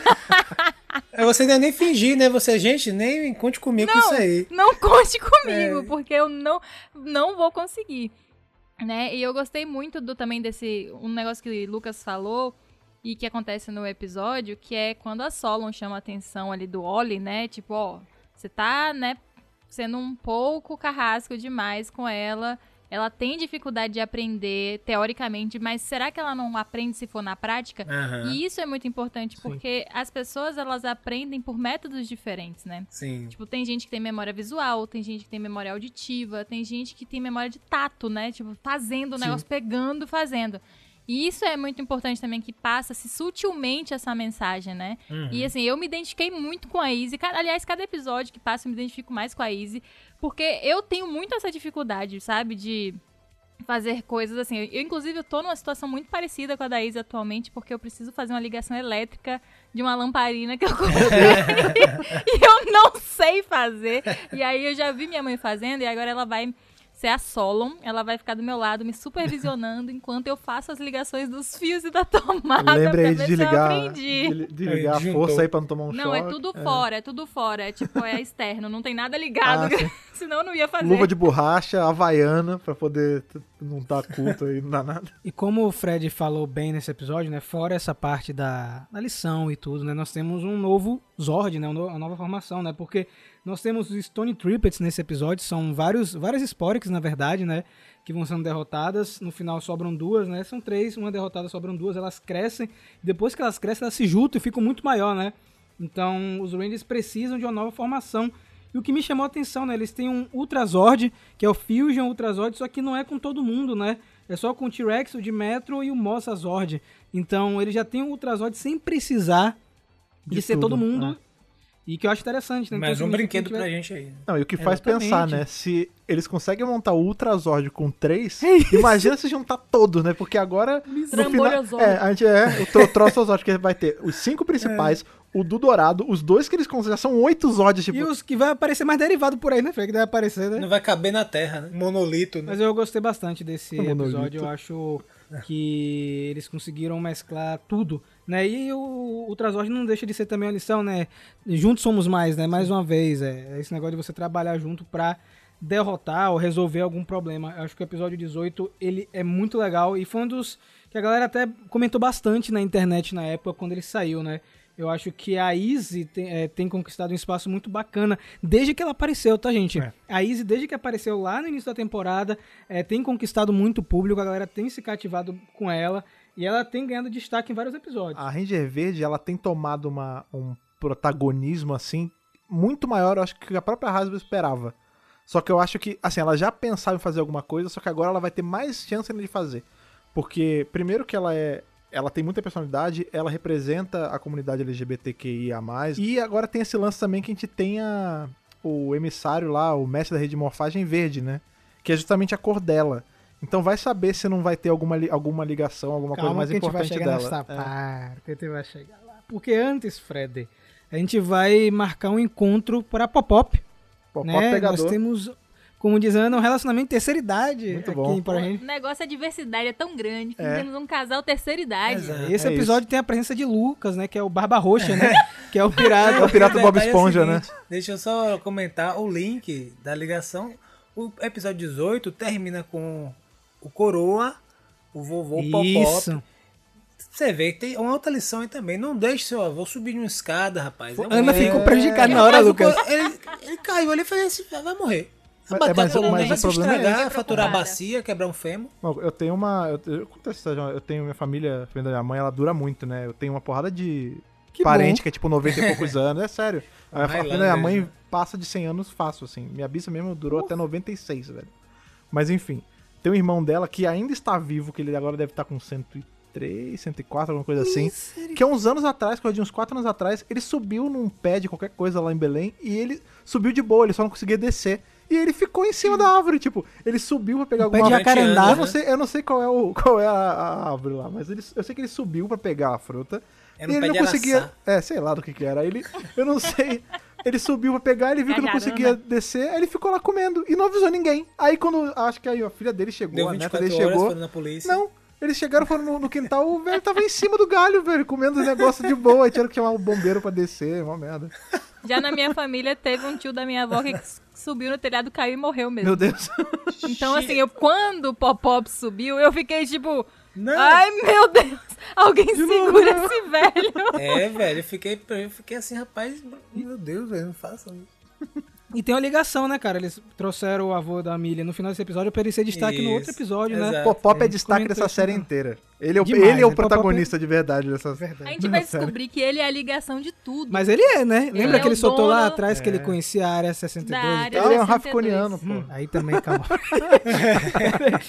É, você ainda nem fingir, né? Você, gente, nem conte comigo com isso aí. Não conte comigo, É. porque eu não, não vou conseguir. Né? E eu gostei muito do também desse um negócio que o Lucas falou e que acontece no episódio, que é quando a Solon chama a atenção ali do Ollie, né? Tipo, ó, você tá, né, sendo um pouco carrasco demais com ela. Ela tem dificuldade de aprender, teoricamente, mas será que ela não aprende se for na prática? Aham. E isso é muito importante, porque as pessoas, elas aprendem por métodos diferentes, né? Sim. Tipo, tem gente que tem memória visual, tem gente que tem memória auditiva, tem gente que tem memória de tato, né? Tipo, fazendo o Sim. negócio, pegando, fazendo. E isso é muito importante também, que passa-se sutilmente essa mensagem, né? Uhum. E assim, eu me identifiquei muito com a Izzy. Ca- Aliás, cada episódio que passa eu me identifico mais com a Izzy. Porque eu tenho muito essa dificuldade, sabe? De fazer coisas assim. Eu, inclusive, eu tô numa situação muito parecida com a da Izzy atualmente, porque eu preciso fazer uma ligação elétrica de uma lamparina que eu comprei. E eu não sei fazer. E aí eu já vi minha mãe fazendo e agora ela vai ser a Solon. Ela vai ficar do meu lado me supervisionando enquanto eu faço as ligações dos fios e da tomada. Lembre pra aí ver de se eu ligar, aprendi. de, de ligar a Juntou. força aí pra não tomar um Não, choque. é tudo fora, é tudo fora. É tipo, é externo, não tem nada ligado. Ah, sim. Senão eu não ia fazer. Luva de borracha, havaiana, pra poder t- não dar culto aí, não dá nada. E como o Fred falou bem nesse episódio, né, fora essa parte da, da lição e tudo, né, nós temos um novo Zord, né, um no- uma nova formação, né, porque nós temos os Stone Triplets nesse episódio, são vários, várias Sporks, na verdade, né, que vão sendo derrotadas, no final sobram duas, né, são três, uma derrotada, sobram duas, elas crescem, depois que elas crescem, elas se juntam e ficam muito maior, né, então os Rangers precisam de uma nova formação. E o que me chamou a atenção, né? Eles têm um Ultrazord, que é o Fusion Ultrazord, só que não é com todo mundo, né? É só com o T-Rex, o Dimetro e o Mossazord. Então, ele já tem um Ultrazord sem precisar de, De ser tudo, todo mundo. né? E que eu acho interessante, né? Mais então, um significa brinquedo que pra tiver- gente aí. Não, e o que faz Exatamente. pensar, né? Se eles conseguem montar o Ultrazord com três, É isso. imagina se juntar todos, né? Porque agora. No final, Trambolhozord. é, a gente é o tro- Troçozord, que vai ter os cinco principais, o do Dourado, os dois que eles consideram. São oito Zords, tipo. E os que vai aparecer mais derivado por aí, né, Fred? Que deve aparecer, né? Não vai caber na Terra, né? Monolito, né? Mas eu gostei bastante desse É monolito. episódio. Eu acho que eles conseguiram mesclar tudo, né? E o Ultrazord não deixa de ser também uma lição, né? Juntos somos mais, né? Mais uma vez, é esse negócio de você trabalhar junto pra derrotar ou resolver algum problema. Eu acho que o episódio dezoito, ele é muito legal e foi um dos que a galera até comentou bastante na internet na época quando ele saiu, né? Eu acho que a Izzy tem, é, tem conquistado um espaço muito bacana desde que ela apareceu, tá, gente? É. A Izzy, desde que apareceu lá no início da temporada, é, tem conquistado muito público, a galera tem se cativado com ela e ela tem ganhado destaque em vários episódios. A Ranger Verde, ela tem tomado uma, um protagonismo, assim, muito maior, eu acho que a própria Hasbro esperava. Só que eu acho que, assim, ela já pensava em fazer alguma coisa, só que agora ela vai ter mais chance ainda de fazer. Porque, primeiro que ela é... Ela tem muita personalidade, ela representa a comunidade L G B T Q I A mais, e agora tem esse lance também que a gente tem a, o emissário lá, o mestre da rede de morfagem verde, né? Que é justamente a cor dela. Então vai saber se não vai ter alguma, li- alguma ligação, alguma coisa mais que a gente vai importante chegar dela. nessa É. parte, que a gente vai chegar lá. Porque antes, Fred, a gente vai marcar um encontro para Pop-Up, Pop-up né? pegador. Nós temos, como dizendo, um relacionamento de terceira idade Muito aqui bom. em Power Rangers. O negócio é diversidade, é tão grande que É. temos um casal terceira idade. Exato. Esse É episódio tem a presença de Lucas, né? Que é o Barba Roxa, né? Que é o pirata. É o pirata O Bob detalhe é o Esponja, seguinte, Deixa eu só comentar o link da ligação. O episódio dezoito termina com o Coroa, o vovô Popop. Isso. Você vê que tem uma outra lição aí também. Não deixe seu avô subir numa escada, rapaz. É um- Ana é- ficou prejudicada na hora, Mas o Lucas. co- Ele, ele caiu ali e falou assim, vai morrer. Vai Mas- bater é, mas- a coluna, mas vai o se problema é estragar, esse. faturar a Preocupada. bacia, quebrar um fêmur. Bom, eu tenho uma. Eu, eu, conto essa história, eu tenho minha família, a família da minha mãe, ela dura muito, né? Eu tenho uma porrada de Que parente bom. que é tipo noventa e poucos anos, é sério. A, a família da minha Highlander, mãe né? passa de cem anos fácil, assim. Minha bisa mesmo durou até noventa e seis, velho. Mas enfim, tem um irmão dela que ainda está vivo, que ele agora deve estar com cento e três, cento e quatro, alguma coisa assim. Que há uns anos atrás, coisa de uns quatro anos atrás, ele subiu num pé de qualquer coisa lá em Belém e ele subiu de boa, ele só não conseguia descer. E ele ficou em cima da árvore, tipo, ele subiu pra pegar Um pé alguma de jacarandá, eu não sei, eu não sei qual é, o, qual é a, a árvore lá, mas ele, eu sei que ele subiu pra pegar a fruta. Era e um ele pé não de conseguia. araçá. É, sei lá do que que era. Aí Ele, eu não sei. Ele subiu pra pegar, ele viu que não Cajarana. conseguia descer, aí ele ficou lá comendo e não avisou ninguém. Aí quando acho que aí a filha dele chegou, Deu a vinte e neta quatro dele horas, chegou. foram na polícia. Não, eles chegaram, foram no, no quintal, o velho tava em cima do galho, velho, comendo os negócios de boa. Aí tiveram que chamar o bombeiro pra descer, uma merda. Já na minha família teve um tio da minha avó que subiu no telhado, caiu e morreu mesmo. Meu Deus. Então, assim, eu, quando o Pop-Pop subiu, eu fiquei tipo, Não. ai meu Deus, alguém segura esse velho. É, velho, eu fiquei, eu fiquei assim, rapaz, meu Deus, velho, não façam isso. E tem uma ligação, né, cara? Eles trouxeram o avô da Amelia no final desse episódio pra ele ser destaque no outro Isso, episódio, né? exato. Pop-Pop é É, destaque comentou dessa isso série mesmo. inteira. Ele é o, Demais, ele é o né? Pop-Pop protagonista de verdade dessa A Verdade. gente vai série. descobrir que ele é a ligação de tudo. Mas ele é, né? Lembra é que ele o soltou lá dono atrás que ele conhecia a área sessenta e da dois? área Ele é um sessenta e dois. rafconiano, pô. Hum, aí também, calma.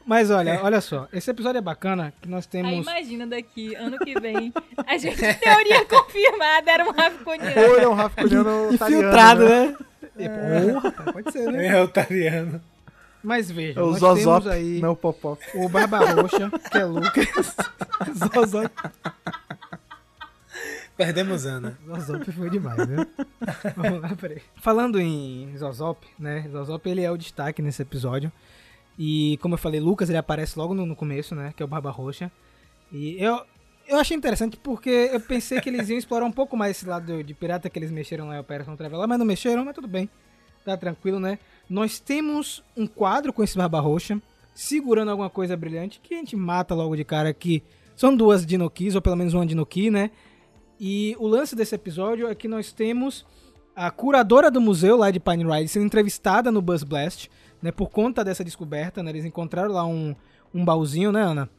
Mas olha, olha só, esse episódio é bacana, que nós Aí temos... imagina daqui, ano que vem, a gente, teoria confirmada, era um rafconiano. Ou ele é um rafconiano Infiltrado, italiano, né? É, porra, rapaz, pode ser, né? É otariano. Mas É veja, o nós Zozop, temos aí não o Popop. o Barba Roxa, que é Lucas. Zozop. Perdemos Ana. Zozop foi demais, né? Vamos lá, peraí. Falando em Zozop, né? Zozop, ele é o destaque nesse episódio. E, como eu falei, Lucas, ele aparece logo no, no começo, né? Que é o Barba Roxa. E eu, eu achei interessante porque eu pensei que eles iam explorar um pouco mais esse lado de pirata que eles mexeram lá em Operação Traveler, mas não mexeram, mas tudo bem. Tá tranquilo, né? Nós temos um quadro com esse Barba Roxa, segurando alguma coisa brilhante, que a gente mata logo de cara aqui. São duas Dinokis, ou pelo menos uma Dinoki, né? E o lance desse episódio é que nós temos a curadora do museu lá de Pine Ridge sendo entrevistada no Buzz Blast, né, por conta dessa descoberta, né, eles encontraram lá um, um baúzinho, né, Ana?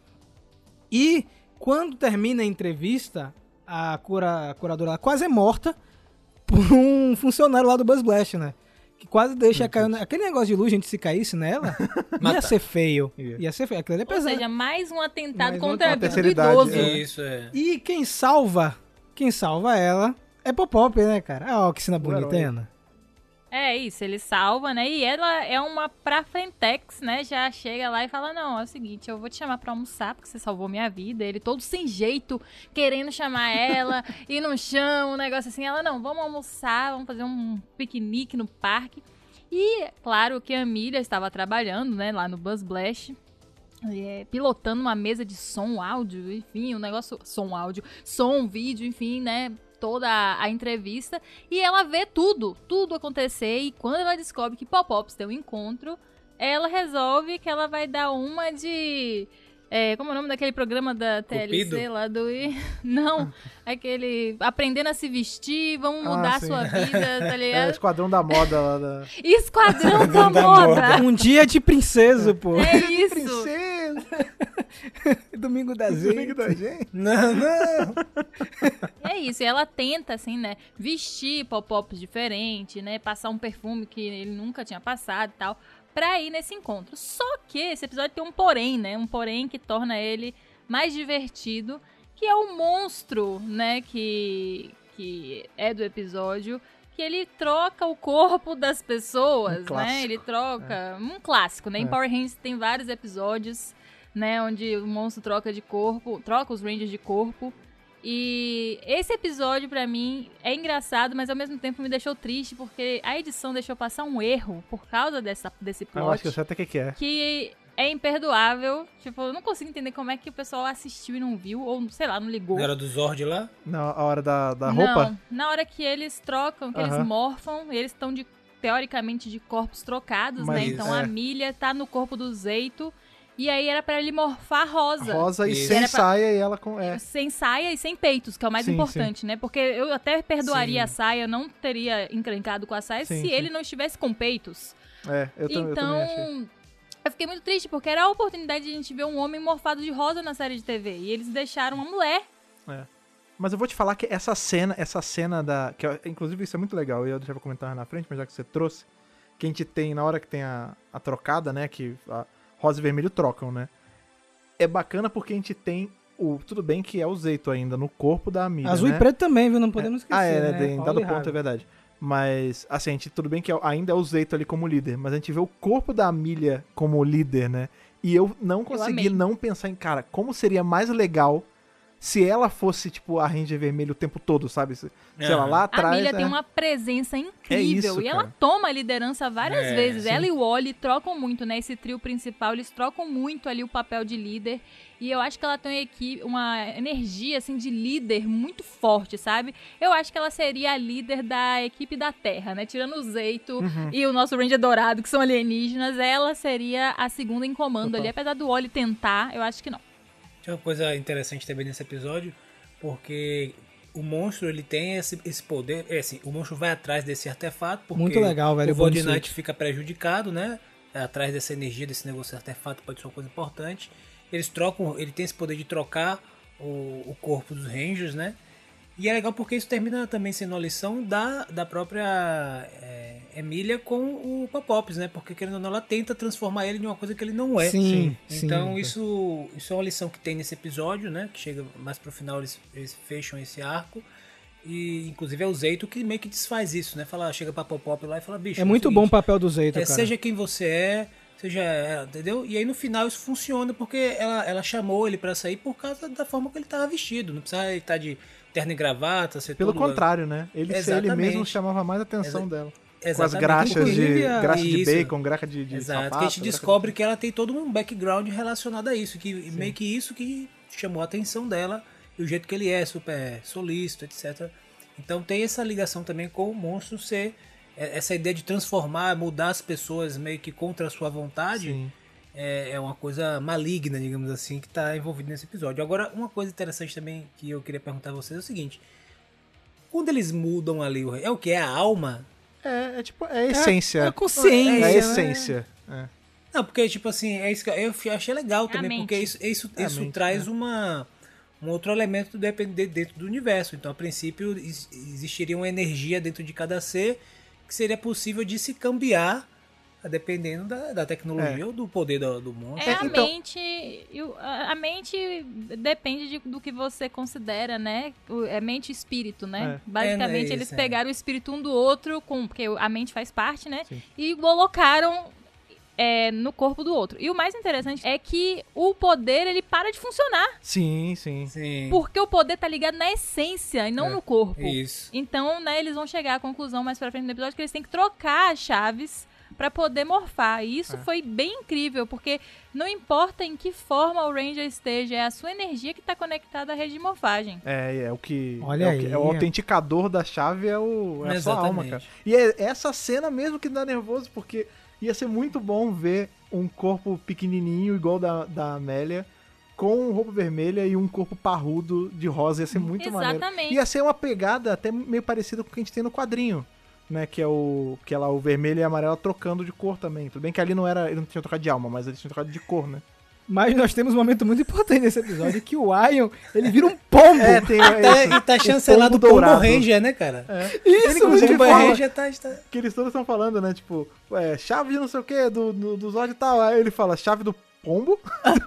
E quando termina a entrevista, a, cura, a curadora ela quase é morta por um funcionário lá do Buzz Blast, né? Que quase deixa cair... Aquele negócio de luz, gente, se caísse nela, não ia ser feio. Ia ser feio. Aquilo ali é Ou pesado. seja, mais um atentado Mais um contra a atentado. vida do Terceira idoso. idade, é. Isso, é. E quem salva, quem salva ela é Popop, né, cara? Ó, que cena bonita, hein, Ana? É isso, ele salva, né? E ela é uma pra frentex, né? Já chega lá e fala, não, é o seguinte, eu vou te chamar pra almoçar, porque você salvou minha vida. Ele todo sem jeito, querendo chamar ela, e não chama, um negócio assim. Ela, não, vamos almoçar, vamos fazer um piquenique no parque. E, claro, que a Amelia estava trabalhando, né, lá no Buzz Blast, é, pilotando uma mesa de som, áudio, enfim, um negócio... Som, áudio, som, vídeo, enfim, né... toda a, a entrevista, e ela vê tudo, tudo acontecer, e quando ela descobre que Pop-Pops tem um encontro, ela resolve que ela vai dar uma de... É, como é o nome daquele programa da T L C Cupido? lá do... Não, aquele... Aprendendo a se vestir, vamos mudar Ah, a sim. sua vida, tá É, ligado? Esquadrão da Moda lá da... Esquadrão da da Moda! Um dia de princeso, pô. É isso! Princesa! Domingo da Amigo gente. da gente. Não, não. É isso, e ela tenta, assim, né, vestir pop-ups diferente, né, passar um perfume que ele nunca tinha passado e tal, pra ir nesse encontro. Só que esse episódio tem um porém, né, um porém que torna ele mais divertido, que é o monstro, né, que, que é do episódio, que ele troca o corpo das pessoas, Um clássico. né, ele troca, um clássico, né, em É. Power Rangers tem vários episódios, né, onde o monstro troca de corpo, troca os Rangers de corpo. E esse episódio, pra mim, é engraçado, mas ao mesmo tempo me deixou triste, porque a edição deixou passar um erro por causa dessa, desse Eu acho que eu plot, sei até o que que é. que é imperdoável. Tipo, eu não consigo entender como é que o pessoal assistiu e não viu, ou sei lá, não ligou. Não era do Zord lá? Na hora da, da roupa? Não, na hora que eles trocam, que eles Aham. morfam, eles estão de, teoricamente de corpos trocados, Mas né? isso, Então é. a Milha tá no corpo do Zeito, e aí era pra ele morfar rosa. Rosa e Isso. sem Era pra- saia e ela com... É. Sem saia e sem peitos, que é o mais Sim, importante, né? Porque eu até perdoaria Sim. a saia, eu não teria encrencado com a saia Sim, se sim. ele não estivesse com peitos. É, eu, tam- eu então, também achei. eu fiquei muito triste, porque era a oportunidade de a gente ver um homem morfado de rosa na série de T V. E eles deixaram uma mulher. Mas eu vou te falar que essa cena, essa cena da... Que, eu- inclusive isso é muito legal, e eu deixava comentar na frente, mas já que você trouxe, que a gente tem, na hora que tem a, a trocada, né, que a rosa e vermelho trocam, né, é bacana porque a gente tem o... Tudo bem que é o Zeito ainda no corpo da Amelia, Azul né? e preto também, viu? Não podemos esquecer, Ah, é, né, né? tem- em dado Holly ponto é Harvey. verdade. Mas, assim, a gente, tudo bem que é- ainda é o Zeito ali como líder, mas a gente vê o corpo da Amelia como líder, né? E eu não consegui amei. não pensar em, cara, como seria mais legal se ela fosse, tipo, a Ranger Vermelho o tempo todo, sabe? Se, sei lá, Aham. lá A atrás... Milha é- tem uma presença incrível. É isso, e ela cara. toma a liderança várias É, vezes. sim. Ela e o Wally trocam muito, né? Esse trio principal, eles trocam muito ali o papel de líder. E eu acho que ela tem uma, equipe, uma energia, assim, de líder muito forte, sabe? Eu acho que ela seria a líder da equipe da Terra, né? Tirando o Zeito Uhum. e o nosso Ranger Dourado, que são alienígenas, ela seria a segunda em comando Total. ali. Apesar do Wally tentar, eu acho que não. Tinha uma coisa interessante também nesse episódio, porque o monstro ele tem esse, esse poder, é assim, o monstro vai atrás desse artefato, porque Muito legal, velho, o o Bond Void Suit. Knight fica prejudicado, né? Atrás dessa energia, desse negócio de artefato, pode ser uma coisa importante. Eles trocam, ele tem esse poder de trocar o, o corpo dos Rangers, né? E é legal porque isso termina também sendo uma lição da, da própria é, Emília com o Popops, né? Porque querendo ou não, ela tenta transformar ele em uma coisa que ele não é. Sim, Então sim. isso, isso é uma lição que tem nesse episódio, né? Que chega mais pro final, eles, eles fecham esse arco. E inclusive é o Zeito que meio que desfaz isso, né? Fala, chega pra Popop lá e fala, bicho, É muito o bom o seguinte, papel do Zeito, é, cara. seja quem você é, seja ela, entendeu? E aí no final isso funciona porque ela, ela chamou ele pra sair por causa da forma que ele tava vestido. Não precisava ele estar de terno e gravata, ser Pelo todo... contrário, né? Ele ser ele Exatamente. mesmo chamava mais a atenção dela. Com as Exatamente. graxas de, Inclusive, a- graxa de Isso. bacon, graxa de, de Exato, sapato, que a gente graxa descobre que ela tem todo um background relacionado a isso, que meio que isso que chamou a atenção dela, e o jeito que ele é, super solícito, etcétera. Então tem essa ligação também com o monstro ser, é, essa ideia de transformar, mudar as pessoas meio que contra a sua vontade, Sim. é, é uma coisa maligna, digamos assim, que está envolvida nesse episódio. Agora, uma coisa interessante também que eu queria perguntar a vocês é o seguinte, quando eles mudam ali, o- é o que? É a alma? É, é tipo, é a essência. É a consciência, É a né? essência. É. Não, porque, tipo assim, é isso que eu achei legal É a também, mente. porque isso, isso, É a isso mente, traz é. uma, um outro elemento depende- dentro do universo. Então, a princípio, ex- existiria uma energia dentro de cada ser que seria possível de se cambiar dependendo da, da tecnologia É. ou do poder do, do monstro. É a então- mente. e o- A a mente depende de- do que você considera, né? O- É mente e espírito, né? É. Basicamente, É, é eles isso, é. pegaram o espírito um do outro, com, porque a mente faz parte, né? Sim. E colocaram é, no corpo do outro. E o mais interessante é que o poder, ele para de funcionar. Sim, sim. Sim, Porque o poder tá ligado na essência e não É, no corpo. isso. Então, né, eles vão chegar à conclusão mais pra frente no episódio que eles têm que trocar as chaves pra poder morfar. E isso É. foi bem incrível, porque não importa em que forma o Ranger esteja, é a sua energia que tá conectada à rede de morfagem. É, é o que. Olha é o, que- aí. é o autenticador da chave, é, o, é a sua alma, Exatamente. cara. E é essa cena mesmo que dá nervoso, porque ia ser muito bom ver um corpo pequenininho, igual da, da Amélia, com roupa vermelha e um corpo parrudo de rosa. Ia ser muito maneiro. Exatamente. Ia ser uma pegada até meio parecida com o que a gente tem no quadrinho. Né, que é o que é lá, o vermelho e amarelo trocando de cor também. Tudo bem que ali não era, ele não tinha trocado de alma, mas ele tinha trocado de cor, né? Mas nós temos um momento muito importante nesse episódio, que o Ion, ele vira um pombo. É, tem É, esse- e tá o chancelado pombo o Pombo dourado. Ranger, né, cara? É. Isso, Ele, inclusive, O Pombo fala Ranger tá, está... que eles todos estão falando, né? Tipo, é, chave de não sei o que, do, do, do Zod e tal. Aí ele fala, chave do pombo?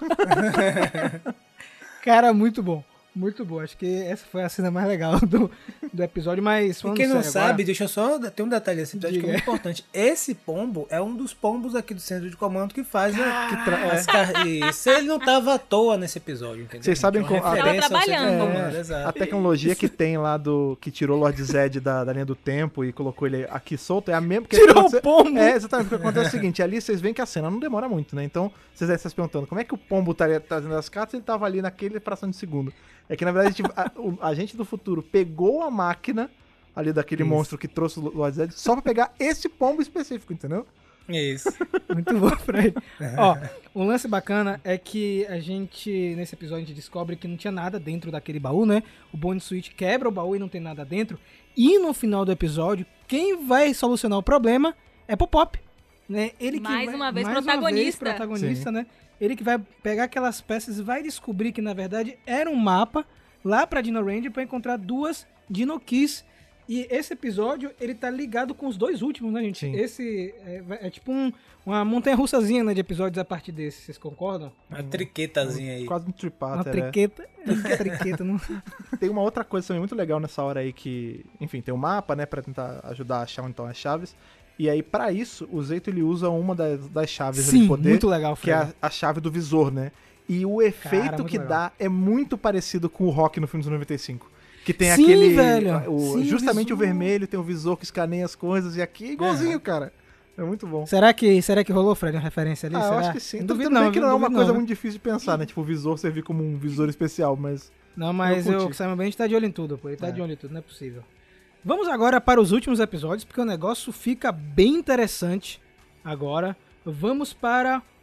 Cara, muito bom. Muito bom. Acho que essa foi a cena mais legal do, do episódio, mas E falando quem não sério sabe, agora, deixa eu só ter um detalhe desse episódio que Diga. é muito importante. Esse pombo é um dos pombos aqui do centro de comando que faz a, que tra- é. as car... Isso, ele não tava à toa nesse episódio, entendeu? Vocês sabem Tinha uma como- referência Tava ao centro de trabalhando. comando, É, exato. a tecnologia que tem lá do. Que tirou o Lord Zed da, da linha do tempo e colocou ele aqui solto é a mesma. que Tirou acontece- o pombo! É, exatamente. O que acontece é o seguinte: ali vocês veem que a cena não demora muito, né? Então, vocês devem estar se perguntando como é que o pombo estaria trazendo as cartas e ele tava ali naquele fração de segundo. É que na verdade a gente, a, o- a gente do futuro pegou a máquina ali daquele Isso. monstro que trouxe o Lord Zed só pra pegar esse pombo específico, entendeu? Isso. muito bom, Fred. Ó, um lance bacana é que a gente, nesse episódio, a gente descobre que não tinha nada dentro daquele baú, né? O Bone Switch quebra o baú e não tem nada dentro. E no final do episódio, quem vai solucionar o problema é Popop. Né? Ele que Mais vai- uma vez mais protagonista. Uma vez protagonista, né? Ele que vai pegar aquelas peças e vai descobrir que, na verdade, era um mapa lá pra Dino Ranger pra encontrar duas Dino Keys. E esse episódio, ele tá ligado com os dois últimos, né, gente? Sim. Esse é, vai- é tipo um- uma montanha-russazinha, né, de episódios a partir desse. Vocês concordam? Uma triquetazinha aí. Quase um Uma tripater. é. triqueta. triqueta, não... Tem uma outra coisa também muito legal nessa hora aí que, enfim, tem um mapa, né, pra tentar ajudar a achar então as chaves. E aí, pra isso, o Zeito ele usa uma das, das chaves Sim, de poder, muito legal, que é Fred. a, a chave do visor, né? E o efeito muito que legal. dá é muito parecido com o Rock no filme dos noventa e cinco. Que tem Sim, aquele. velho. o- Sim, o justamente o, visor. vermelho, tem o visor que escaneia as coisas, e aqui é igualzinho, cara. É muito bom. Será que, será que rolou, Fred, uma referência ali? Ah, eu Será? acho que sim. Não Tudo duvido bem não, que viu? não é uma Duvido coisa não, muito difícil de pensar, né? Tipo, o visor servir como um visor especial, mas. Não, mas Eu eu, curti. o Simon Bennett tá de olho em tudo, pô. Ele tá É. de olho em tudo, não é possível. Vamos agora para os últimos episódios, porque o negócio fica bem interessante agora. Vamos para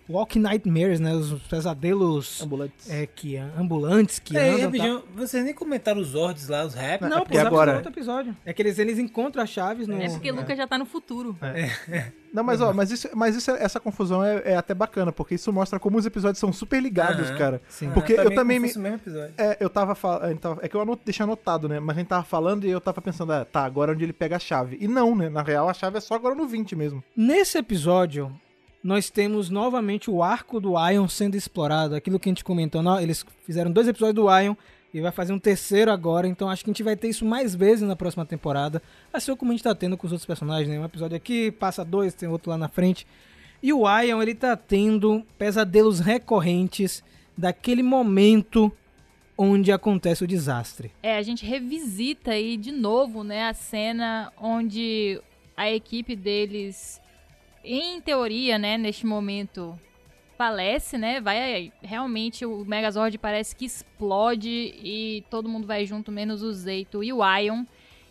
Walk Nightmares, né? Os pesadelos Ambulantes. é, que, ambulantes que É, andam. rapidinho, vocês nem comentaram os Zords lá, os rap. Não, É pô, porque já agora- no outro episódio. É que eles, eles encontram as chaves no... É porque o Lucas já tá no futuro. Não, mas ó, mas, isso, mas isso, é- essa confusão é, é até bacana, porque isso mostra como os episódios são super ligados, Aham. cara. Sim. Porque eu também me. confuso o mesmo episódio. É, eu tava falando. É que eu anot, deixei anotado, né? Mas a gente tava falando e eu tava pensando, ah, tá, agora é onde ele pega a chave. E não, né? Na real, a chave é só agora no vinte mesmo. Nesse episódio, nós temos novamente o arco do Ion sendo explorado. Aquilo que a gente comentou, não, eles fizeram dois episódios do Ion e vai fazer um terceiro agora. Então acho que a gente vai ter isso mais vezes na próxima temporada. Assim como a gente tá tendo com os outros personagens, né? Um episódio aqui, passa dois, tem outro lá na frente. E o Ion, ele tá tendo pesadelos recorrentes daquele momento onde acontece o desastre. É, a gente revisita aí de novo, né, a cena onde a equipe deles, em teoria, né, neste momento, falece, né, vai, realmente o Megazord parece que explode e todo mundo vai junto, menos o Zeito e o Ion.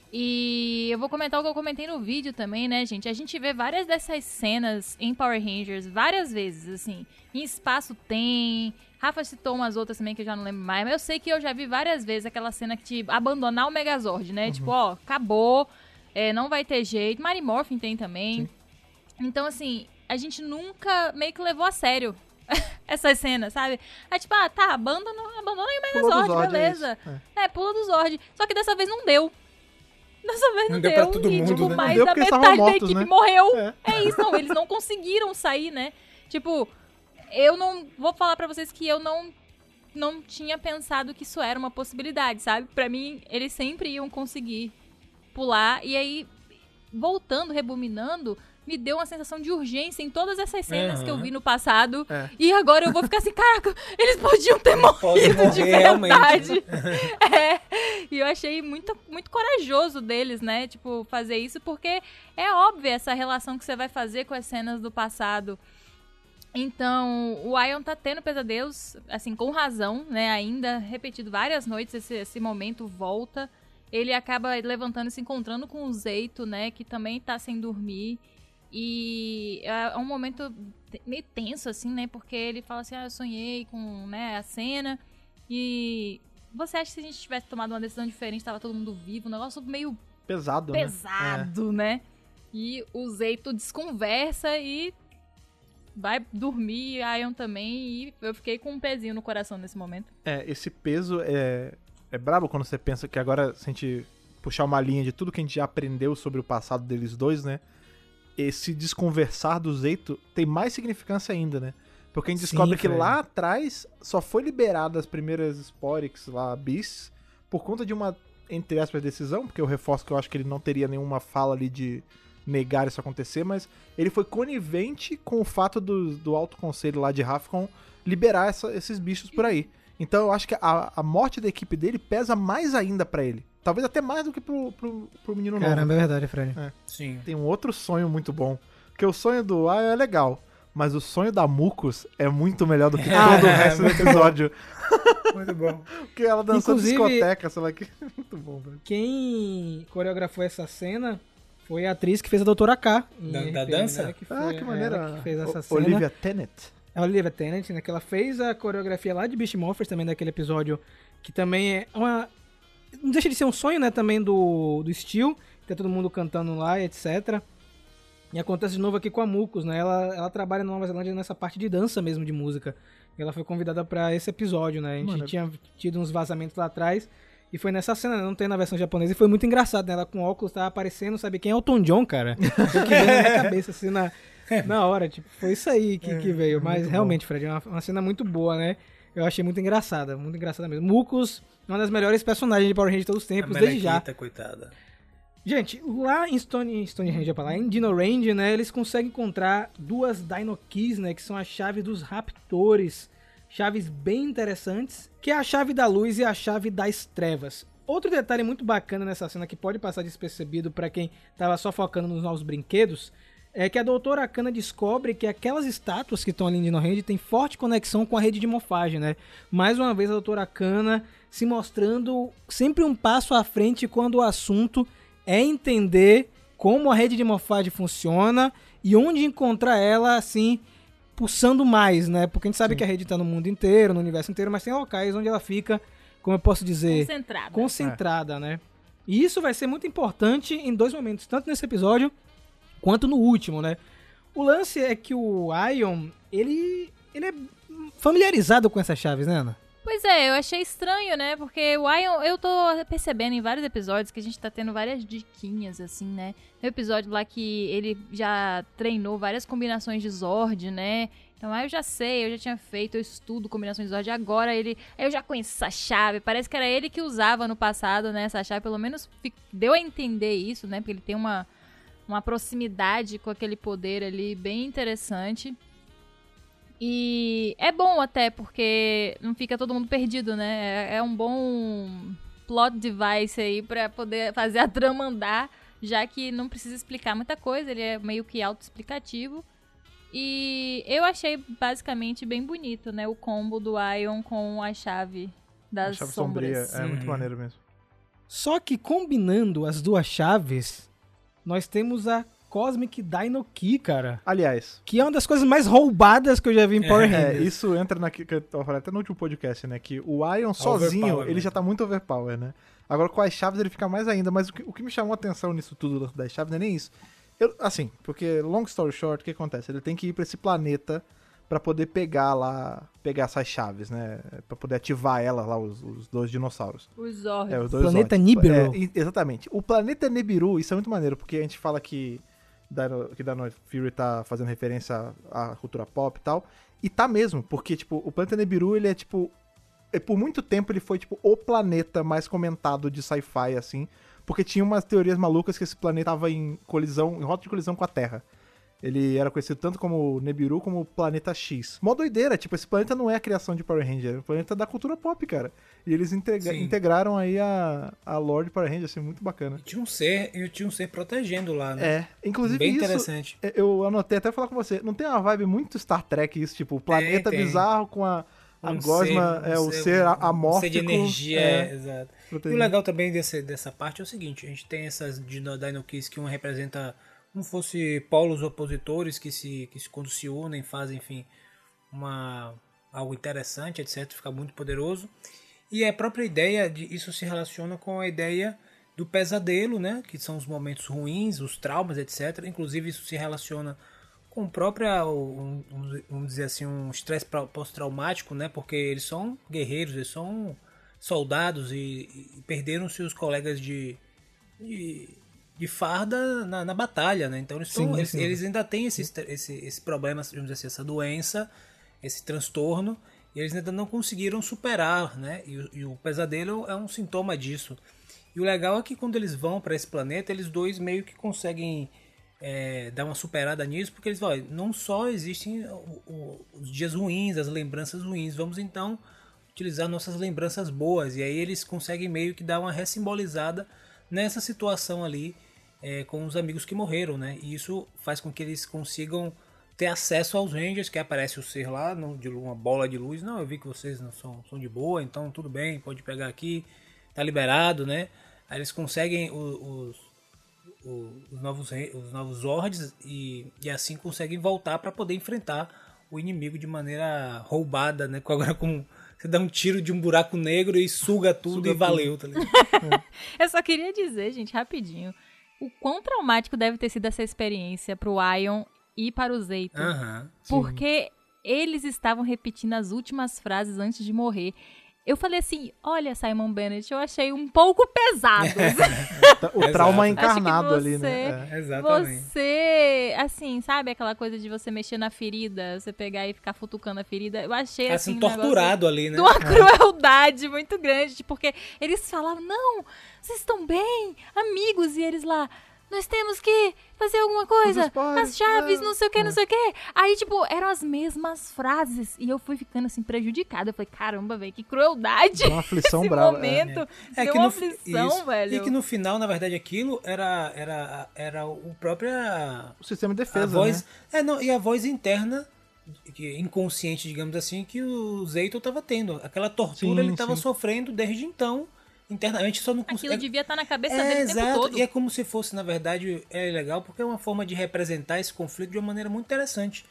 E eu vou comentar o que eu comentei no vídeo também, né, gente? A gente vê várias dessas cenas em Power Rangers várias vezes, assim. Em Espaço tem. Rafa citou umas outras também que eu já não lembro mais. Mas eu sei que eu já vi várias vezes aquela cena que te abandonar o Megazord, né? Uhum. Tipo, ó, acabou, é, não vai ter jeito. Mighty Morphin tem também. Sim. Então, assim, a gente nunca meio que levou a sério essas cenas, sabe? É tipo, ah, tá, abandona, abandona aí o Megazord, Zord, beleza. É, é. é, pula do Zord. Só que dessa vez não deu. Dessa vez não, não deu, deu pra todo e, mundo, tipo, né? mais da metade mortos, da equipe né? morreu. É. é isso, não, eles não conseguiram sair, né? Tipo, eu não... Vou falar pra vocês que eu não, não tinha pensado que isso era uma possibilidade, sabe? Pra mim, eles sempre iam conseguir pular. E aí, voltando, rebominando, me deu uma sensação de urgência em todas essas cenas uhum. que eu vi no passado. É. E agora eu vou ficar assim, caraca, eles podiam ter morrido de verdade. é, e eu achei muito, muito corajoso deles, né? Tipo, fazer isso, porque é óbvio essa relação que você vai fazer com as cenas do passado. Então, o Ion tá tendo pesadelos, assim, com razão, né? Ainda repetido várias noites, esse, esse momento volta. Ele acaba levantando e se encontrando com o Zeito, né? Que também tá sem dormir. E é um momento meio tenso, assim, né? Porque ele fala assim, ah, eu sonhei com, né, a cena. E você acha que se a gente tivesse tomado uma decisão diferente, tava todo mundo vivo, um negócio meio... Pesado, Pesado, né? né? E o Zeito desconversa e vai dormir, a Ion também. E eu fiquei com um pezinho no coração nesse momento. É, esse peso é, é brabo quando você pensa que agora, se a gente puxar uma linha de tudo que a gente já aprendeu sobre o passado deles dois, né? Esse desconversar do Zeito tem mais significância ainda, né? Porque a gente descobre Sim, que lá atrás só foi liberada as primeiras Sporix lá, Beasts, por conta de uma, entre aspas, decisão, porque eu reforço que eu acho que ele não teria nenhuma fala ali de negar isso acontecer, mas ele foi conivente com o fato do, do Alto Conselho lá de Rafcon liberar essa, esses bichos por aí. Então eu acho que a, a morte da equipe dele pesa mais ainda pra ele. Talvez até mais do que pro, pro, pro menino novo. Caramba, é verdade, Fred. É. Sim. Tem um outro sonho muito bom. Porque o sonho do Ion é legal, mas o sonho da Mucus é muito melhor do que todo o resto do episódio. Muito bom. Porque ela dançou Inclusive, discoteca, sei lá que. Muito bom, velho. Quem coreografou essa cena foi a atriz que fez a Doutora K. Da, da dança? Né, que foi, ah, que maneira. Que fez essa o, cena. Olivia Tennant. A Olivia Tennant, né? Que ela fez a coreografia lá de Beast Morphers, também daquele episódio, que também é uma... Não deixa de ser um sonho, né, também do, do Steel, que tá todo mundo cantando lá, etcétera. E acontece de novo aqui com a Mucus, né? Ela, ela trabalha na Nova Zelândia nessa parte de dança mesmo, de música. E ela foi convidada pra esse episódio, né? A gente Mano, tinha tido uns vazamentos lá atrás. E foi nessa cena, não tem na versão japonesa. E foi muito engraçado, né? Ela com óculos tava aparecendo, sabe quem é o Tom John, cara? Foi que veio na minha cabeça, assim, na, na hora. Tipo, foi isso aí que, é, que veio. Mas realmente, bom. Fred, é uma, uma cena muito boa, né? Eu achei muito engraçada, muito engraçada mesmo. Mucus, uma das melhores personagens de Power Rangers de todos os tempos, desde já. Coitada. Gente, lá em Stone, Stonehenge, lá em Dino Range, né, eles conseguem encontrar duas Dino Keys, né, que são as chaves dos Raptores. Chaves bem interessantes, que é a chave da luz e a chave das trevas. Outro detalhe muito bacana nessa cena, que pode passar despercebido para quem tava só focando nos novos brinquedos, é que a Doutora Akana descobre que aquelas estátuas que estão ali em Dino Range têm forte conexão com a rede de morfagem, né? Mais uma vez a Doutora Akana se mostrando sempre um passo à frente quando o assunto é entender como a rede de morfagem funciona e onde encontrar ela, assim, pulsando mais, né? Porque a gente sabe que a rede tá no mundo inteiro, no universo inteiro, mas tem locais onde ela fica, como eu posso dizer, Concentrada. concentrada, né? E isso vai ser muito importante em dois momentos, tanto nesse episódio quanto no último, né? O lance é que o Ion, ele, ele é familiarizado com essas chaves, né, Ana? Pois é, eu achei estranho, né? Porque o Ion, eu tô percebendo em vários episódios que a gente tá tendo várias diquinhas, assim, né? No episódio lá que ele já treinou várias combinações de Zord, né? Então, aí eu já sei, eu já tinha feito, eu estudo combinações de Zord. Agora ele, eu já conheço essa chave. Parece que era ele que usava no passado, né? Essa chave, pelo menos fi- deu a entender isso, né? Porque ele tem uma, uma proximidade com aquele poder ali bem interessante. E é bom até, porque não fica todo mundo perdido, né? É, é um bom plot device aí pra poder fazer a trama andar, já que não precisa explicar muita coisa, ele é meio que autoexplicativo. E eu achei basicamente bem bonito, né? O combo do Ion com a chave das A chave sombria, sombras. é muito Uhum. maneiro mesmo. Só que combinando as duas chaves, nós temos a Cosmic Dino Key, cara. Aliás, Que é uma das coisas mais roubadas que eu já vi em Power é, Rangers. isso entra na que eu falei até no último podcast, né? Que o Ion sozinho, Overpower, ele né? já tá muito overpower, né? Agora com as chaves ele fica mais ainda, mas o que, o que me chamou a atenção nisso tudo das chaves não é nem isso. Eu, assim, porque long story short, o que acontece? Ele tem que ir pra esse planeta pra poder pegar lá, pegar essas chaves, né? Pra poder ativar elas lá, os, os dois dinossauros. Os Zords. É, os dois Planeta Zords. Nibiru. É, e- exatamente. O planeta Nibiru, isso é muito maneiro, porque a gente fala que Dino, que Dino Fury tá fazendo referência à cultura pop e tal. E tá mesmo, porque, tipo, o planeta Nibiru, ele é, tipo... é, por muito tempo ele foi, tipo, o planeta mais comentado de sci-fi, assim. Porque tinha umas teorias malucas que esse planeta tava em colisão, em rota de colisão com a Terra. Ele era conhecido tanto como Nibiru como Planeta X. Mó doideira, tipo, esse planeta não é a criação de Power Ranger, é um planeta da cultura pop, cara. E eles integra- Sim. integraram aí a, a lore de Power Ranger, assim, muito bacana. E tinha um ser, e tinha um ser protegendo lá, né? É, inclusive Bem isso, interessante. é, eu anotei até falar com você, não tem uma vibe muito Star Trek isso, tipo, o planeta tem. bizarro com a, a Um gosma, ser- é um o ser- ser um- amórfico. Um ser de energia, é, exato. E o protegido. legal também desse, dessa parte é o seguinte, a gente tem essas Dino, Dino Keys que uma representa como fosse polos opositores que se, que se quando se unem fazem, enfim, uma, algo interessante, etcétera, fica muito poderoso. E a própria ideia de isso se relaciona com a ideia do pesadelo, né, que são os momentos ruins, os traumas, etcétera. Inclusive isso se relaciona com o próprio, um, um, vamos dizer assim, um estresse pós-traumático, né, porque eles são guerreiros, eles são soldados e, e perderam seus colegas de, de, de farda na, na batalha, né? Então eles, Sim, tão, eles, sim. eles ainda têm esse, esse, esse problema, vamos dizer assim, essa doença, esse transtorno, e eles ainda não conseguiram superar, né? E, o- e o pesadelo é um sintoma disso. E o legal é que quando eles vão para esse planeta, eles dois meio que conseguem é, dar uma superada nisso, porque eles falam, não só existem o- o- os dias ruins, as lembranças ruins, vamos então utilizar nossas lembranças boas. E aí eles conseguem meio que dar uma ressimbolizada nessa situação ali é, com os amigos que morreram, né? E isso faz com que eles consigam ter acesso aos Rangers, que aparece o ser lá, no- de uma bola de luz. Não, eu vi que vocês não são, são de boa, então tudo bem, pode pegar aqui, tá liberado, né? Aí eles conseguem o- os, o- os, novos, re- os novos Zords e, e assim conseguem voltar para poder enfrentar o inimigo de maneira roubada, né? Com- Agora com você dá um tiro de um buraco negro e suga tudo Suga e tudo. valeu, tá ligado? Eu só queria dizer, gente, rapidinho, o quão traumático deve ter sido essa experiência pro Ion e para o Zeito. Aham. Porque eles estavam repetindo as últimas frases antes de morrer. Eu falei assim, olha, Simon Bennett, eu achei um pouco pesado. O trauma Exato. encarnado Acho que ali, né? você- É. Exatamente. Você, assim, sabe aquela coisa de você mexer na ferida, você pegar e ficar futucando a ferida? Eu achei Tá assim sendo um negócio torturado ali, né? de uma crueldade muito grande, porque eles falavam, não, vocês estão bem, amigos, e eles lá, nós temos que fazer alguma coisa, Os pais, as chaves, é, não sei o que, não sei o que. Aí, tipo, eram as mesmas frases, e eu fui ficando, assim, prejudicada. Eu falei, caramba, velho, que crueldade Uma aflição esse brava. é. momento. É Deu que uma no, aflição, isso. velho. E que no final, na verdade, aquilo era, era, era o próprio. O sistema de A defesa, voz, né? é, não, e a voz interna, que, inconsciente, digamos assim, que o Zeito estava tendo. Aquela tortura Sim, ele estava sim. sofrendo desde então, internamente, só não Aquilo consegue. devia estar na cabeça É, dele o tempo exato. todo. E é como se fosse, na verdade, é legal, porque é uma forma de representar esse conflito de uma maneira muito interessante.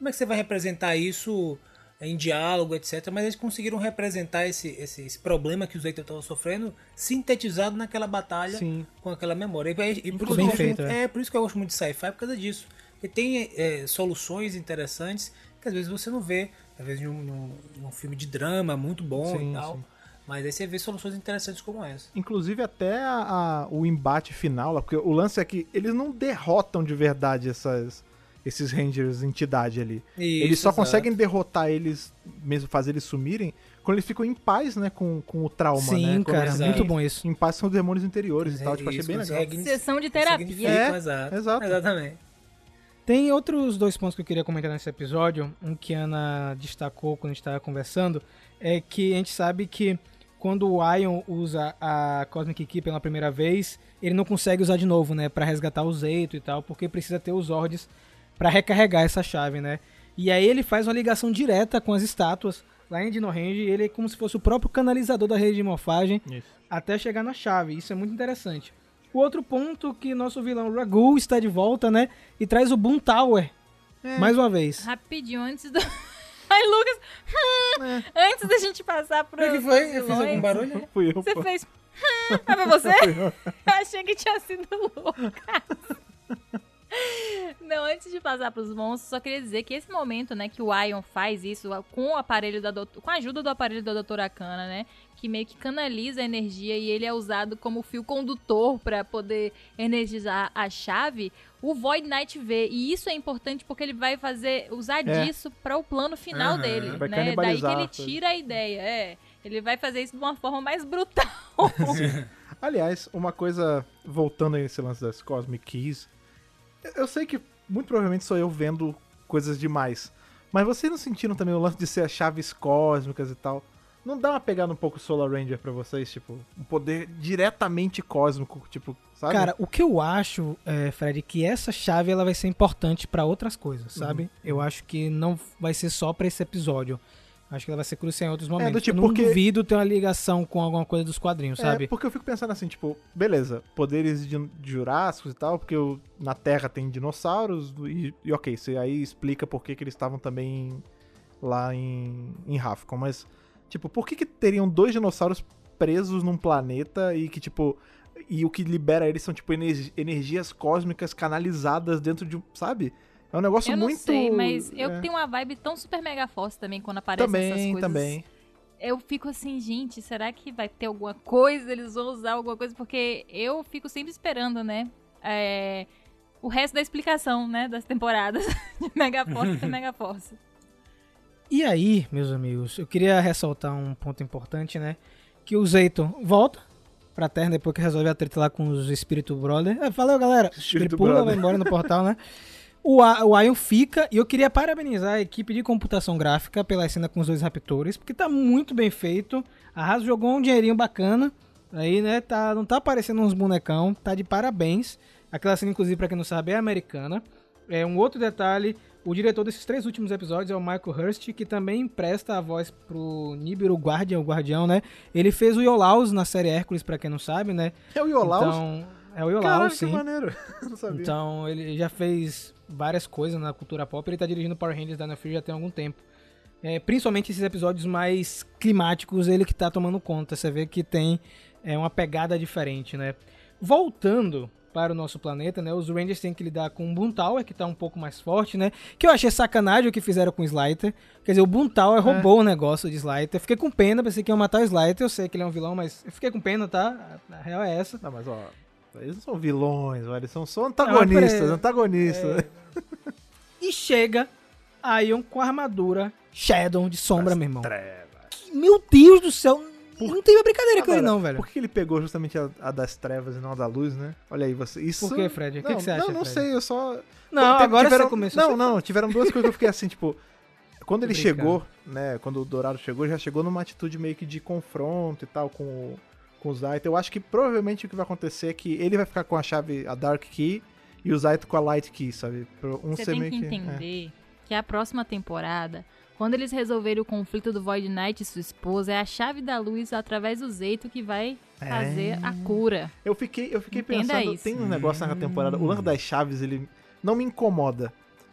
como é que você vai representar isso em diálogo, etcétera. Mas eles conseguiram representar esse, esse, esse problema que o Zayto estava sofrendo, sintetizado naquela batalha Sim. com aquela memória. E, e por, Ficou isso bem eu gosto feito, muito, é. é por isso que eu gosto muito de sci-fi, por causa disso. E tem é, soluções interessantes que às vezes você não vê. Às vezes em um, num, num filme de drama muito bom Sim, e tal. sim. Mas aí você vê soluções interessantes como essa. Inclusive até a- a- o embate final, lá, porque o lance é que eles não derrotam de verdade essas, esses Rangers entidade ali. Isso, eles só exato. conseguem derrotar eles, mesmo fazer eles sumirem, quando eles ficam em paz, né, com, com o trauma, Sim, né? Quando cara, eles muito ficam bom isso. em paz com os demônios interiores e tal, tipo, achei Isso, bem legal. consegue- Sessão de terapia. significa, É, exato. exato. Exatamente. Tem outros dois pontos que eu queria comentar nesse episódio. Um que a Ana destacou quando a gente estava conversando é que a gente sabe que quando o Ion usa a Cosmic Key pela primeira vez, ele não consegue usar de novo, né, para resgatar o Zayto e tal, porque precisa ter os Zords para recarregar essa chave, né? E aí ele faz uma ligação direta com as estátuas lá em Dinorange, e ele é como se fosse o próprio canalizador da rede de morfagem Isso. até chegar na chave. Isso é muito interessante. O outro ponto que nosso vilão Ragu está de volta, né? E traz o Boom Tower. Mais uma vez. Rapidinho, antes do... Ai, Lucas, hum, antes da gente passar pro... O que foi? Eu fiz algum barulho? Fui eu, Você pô. fez... hum, Ah, foi você? Eu achei que tinha sido Lucas. Não, antes de passar pros monstros, só queria dizer que esse momento, né, que o Ion faz isso com o aparelho da doutor, com a ajuda do aparelho da doutora Kana, né, que meio que canaliza a energia e ele é usado como fio condutor pra poder energizar a chave, o Void Knight vê. E isso é importante porque ele vai fazer usar É. disso pra o plano final Aham. dele, Vai né? Daí que canibalizar ele a coisa. tira a ideia, é. Ele vai fazer isso de uma forma mais brutal. Aliás, uma coisa, voltando a esse lance das Cosmic Keys, eu- eu sei que muito provavelmente sou eu vendo coisas demais, mas vocês não sentiram também o lance de ser as chaves cósmicas e tal? Não dá uma pegada um pouco Solar Ranger pra vocês, tipo, um poder diretamente cósmico, tipo, sabe? Cara, o que eu acho, é, Fred, que essa chave ela vai ser importante pra outras coisas, Uhum. sabe? Eu acho que não vai ser só pra esse episódio. Acho que ela vai ser crucial em outros momentos. do tipo, eu não porque- duvido ter uma ligação com alguma coisa dos quadrinhos, sabe? É, porque eu fico pensando assim, tipo, beleza, poderes de, de Jurássicos e tal, porque o- na Terra tem dinossauros, e, e ok, você aí explica por que, que eles estavam também lá em, em Rafcon, mas, tipo, por que, que teriam dois dinossauros presos num planeta e que, tipo, e o que libera eles são, tipo, ener- energias cósmicas canalizadas dentro de um, sabe? É um negócio Eu não muito... sei, mas eu é. tenho uma vibe tão super mega force também quando aparecem essas Também, coisas. também. Eu fico assim, gente, será que vai ter alguma coisa? Eles vão usar alguma coisa? Porque eu fico sempre esperando, né? é, o resto da explicação, né? Das temporadas de Mega Force e Mega Force. E aí, meus amigos, eu queria ressaltar um ponto importante, né? Que o Zayton volta pra Terra depois que resolve a treta lá com os Espírito Brother. É, valeu, galera. Espírito Ele pula, Brother. vai embora no portal, né? O, A- o Ion fica, e eu queria parabenizar a equipe de computação gráfica pela cena com os dois raptores, porque tá muito bem feito. A Haas jogou um dinheirinho bacana, aí, né, tá, não tá parecendo uns bonecão, tá de parabéns. Aquela cena, inclusive, pra quem não sabe, é americana. É um outro detalhe, o diretor desses três últimos episódios é o Michael Hurst, que também empresta a voz pro Nibiru Guardian, o Guardião, né? Ele fez o Iolaus na série Hércules, pra quem não sabe, né? É o Iolaus? Então, é o Iolaus, Caralho, sim. que maneiro. Eu não sabia. Então, ele já fez várias coisas na cultura pop. Ele tá dirigindo Power Rangers da Netflix já tem algum tempo. É, principalmente esses episódios mais climáticos, ele que tá tomando conta. Você vê que tem é, uma pegada diferente, né? Voltando para o nosso planeta, né? Os Rangers têm que lidar com o Boom Tower, que tá um pouco mais forte, né? Que eu achei sacanagem o que fizeram com o Slider. Quer dizer, o Boom Tower roubou o negócio de Slider. Fiquei com pena, pensei que iam matar o Slider. Eu sei que ele é um vilão, mas eu fiquei com pena, tá? A real é essa. Não, mas ó, eles não são vilões, ó, eles são só antagonistas, Não, é- antagonistas. E chega Ion com a armadura Shadow de sombra, meu irmão. Trevas. Meu Deus do céu. Não teve brincadeira com ele Agora, não, velho. Por que ele pegou justamente a, a das trevas e não a da luz, né? Olha aí, você. Isso... Por que, Fred? O que não, que você acha, Não, não Fred? sei, eu só. Não, Teve- agora tiveram... você começou. Não, não, tiveram duas coisas que eu fiquei assim, tipo. Quando ele Brincando. chegou, né? Quando o Dourado chegou, já chegou numa atitude meio que de confronto e tal com o, com o Zaito. Eu acho que provavelmente o que vai acontecer é que ele vai ficar com a chave, a Dark Key, e o Zaito com a Light Key, sabe? Pra um Você ser tem meio que que. entender que a próxima temporada, quando eles resolverem o conflito do Void Knight e sua esposa, é a chave da luz através do Zeito que vai fazer a cura. É. Eu fiquei, eu fiquei Entenda pensando, isso. tem um negócio na temporada, o lance das chaves, ele não me incomoda.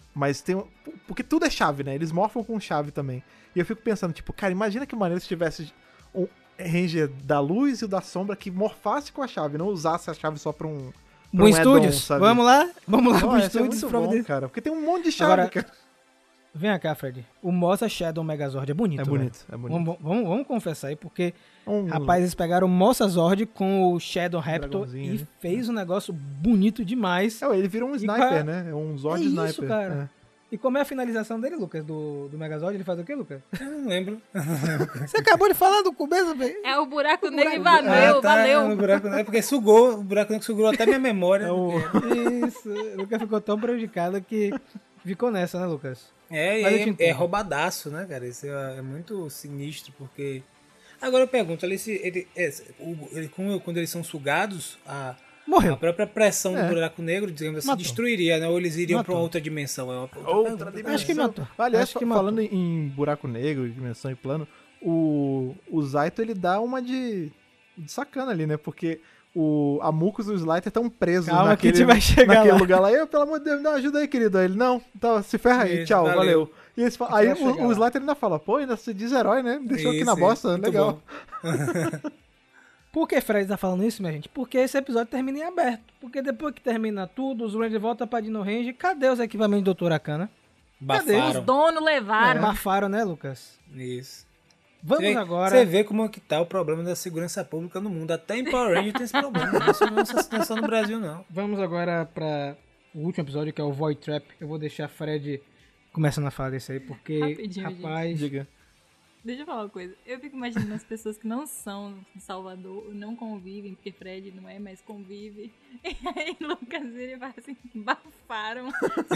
Mas tem um... Porque tudo é chave, né? Eles morfam com chave também. E eu fico pensando, tipo, cara, imagina que maneiro se tivesse um Ranger da luz e o da sombra que morfasse com a chave, não usasse a chave só pra um... pra Boom um add-on, Studios, sabe? vamos lá? Vamos lá Não, pro esse é Studios. muito pra bom, poder- cara. Porque tem um monte de chave, Agora, cara. Vem cá, Fred. O Mossa Shadow Megazord é bonito, É velho. bonito, é bonito. Vamos, vamos, vamos confessar aí, porque, Um- rapaz, eles pegaram o Mossa Zord com o Shadow Raptor dragãozinho, e né? fez um negócio bonito demais. É, ele vira um E sniper, qual- né? É um Zord É isso, sniper. cara. E como é a finalização dele, Lucas, do, do Megazord? Ele faz o quê, Lucas? Eu não lembro. Você acabou de falar do começo, velho. É o buraco negro e buraco- valeu, Ah, tá, valeu. no buraco, é porque sugou, o buraco negro sugou até minha memória. É o- Isso. O Lucas ficou tão prejudicado que ficou nessa, né, Lucas? É, e Mas eu te é, é entendo. roubadaço, né, cara? Isso é, é muito sinistro, porque... Agora eu pergunto, ele, se, ele, é, o- ele- como- quando eles são sugados, a, a Morreu. própria pressão É. do buraco negro, digamos assim, Matou. destruiria, né? Ou eles iriam Matou. pra outra dimensão? É uma outra Outra pergunta. dimensão. Acho que matou. Aliás, Acho que fa- falando em buraco negro, dimensão e plano, o, o Zaito ele dá uma de, de sacana ali, né? Porque o, a Mucus e o Slider estão presos Calma que a naquele, gente vai chegar naquele lá. lugar lá. Eu, pelo amor de Deus, me dá uma ajuda aí, querido. Aí ele, não, tá, se ferra aí, Isso, tchau, valeu. valeu. E eles falam- A aí gente vai o, chegar o lá. Slider ainda fala, pô, ainda se diz herói, né? Me deixou aqui Isso, na isso, bosta, muito legal. bom. Por que Fred tá falando isso, minha gente? Porque esse episódio termina em aberto. Porque depois que termina tudo, os Rangers voltam pra Dino Range. Cadê os equipamentos de Doutor Akana? Bafaram. Os donos levaram. Bafaram, né, Lucas? Isso. Vamos Você vê- agora... Você vê como é que tá o problema da segurança pública no mundo. Até em Power Rangers tem esse problema. Isso não é só- não é só no Brasil, não. Vamos agora pra o último episódio, que é o Void Trap. Eu vou deixar Fred começando a falar desse aí, porque, Rapidinho, rapaz... Diga. Deixa eu falar uma coisa. Eu fico imaginando as pessoas que não são de Salvador, não convivem, porque Fred não é, mas convive. E aí Lucas ele fala assim, bafaram.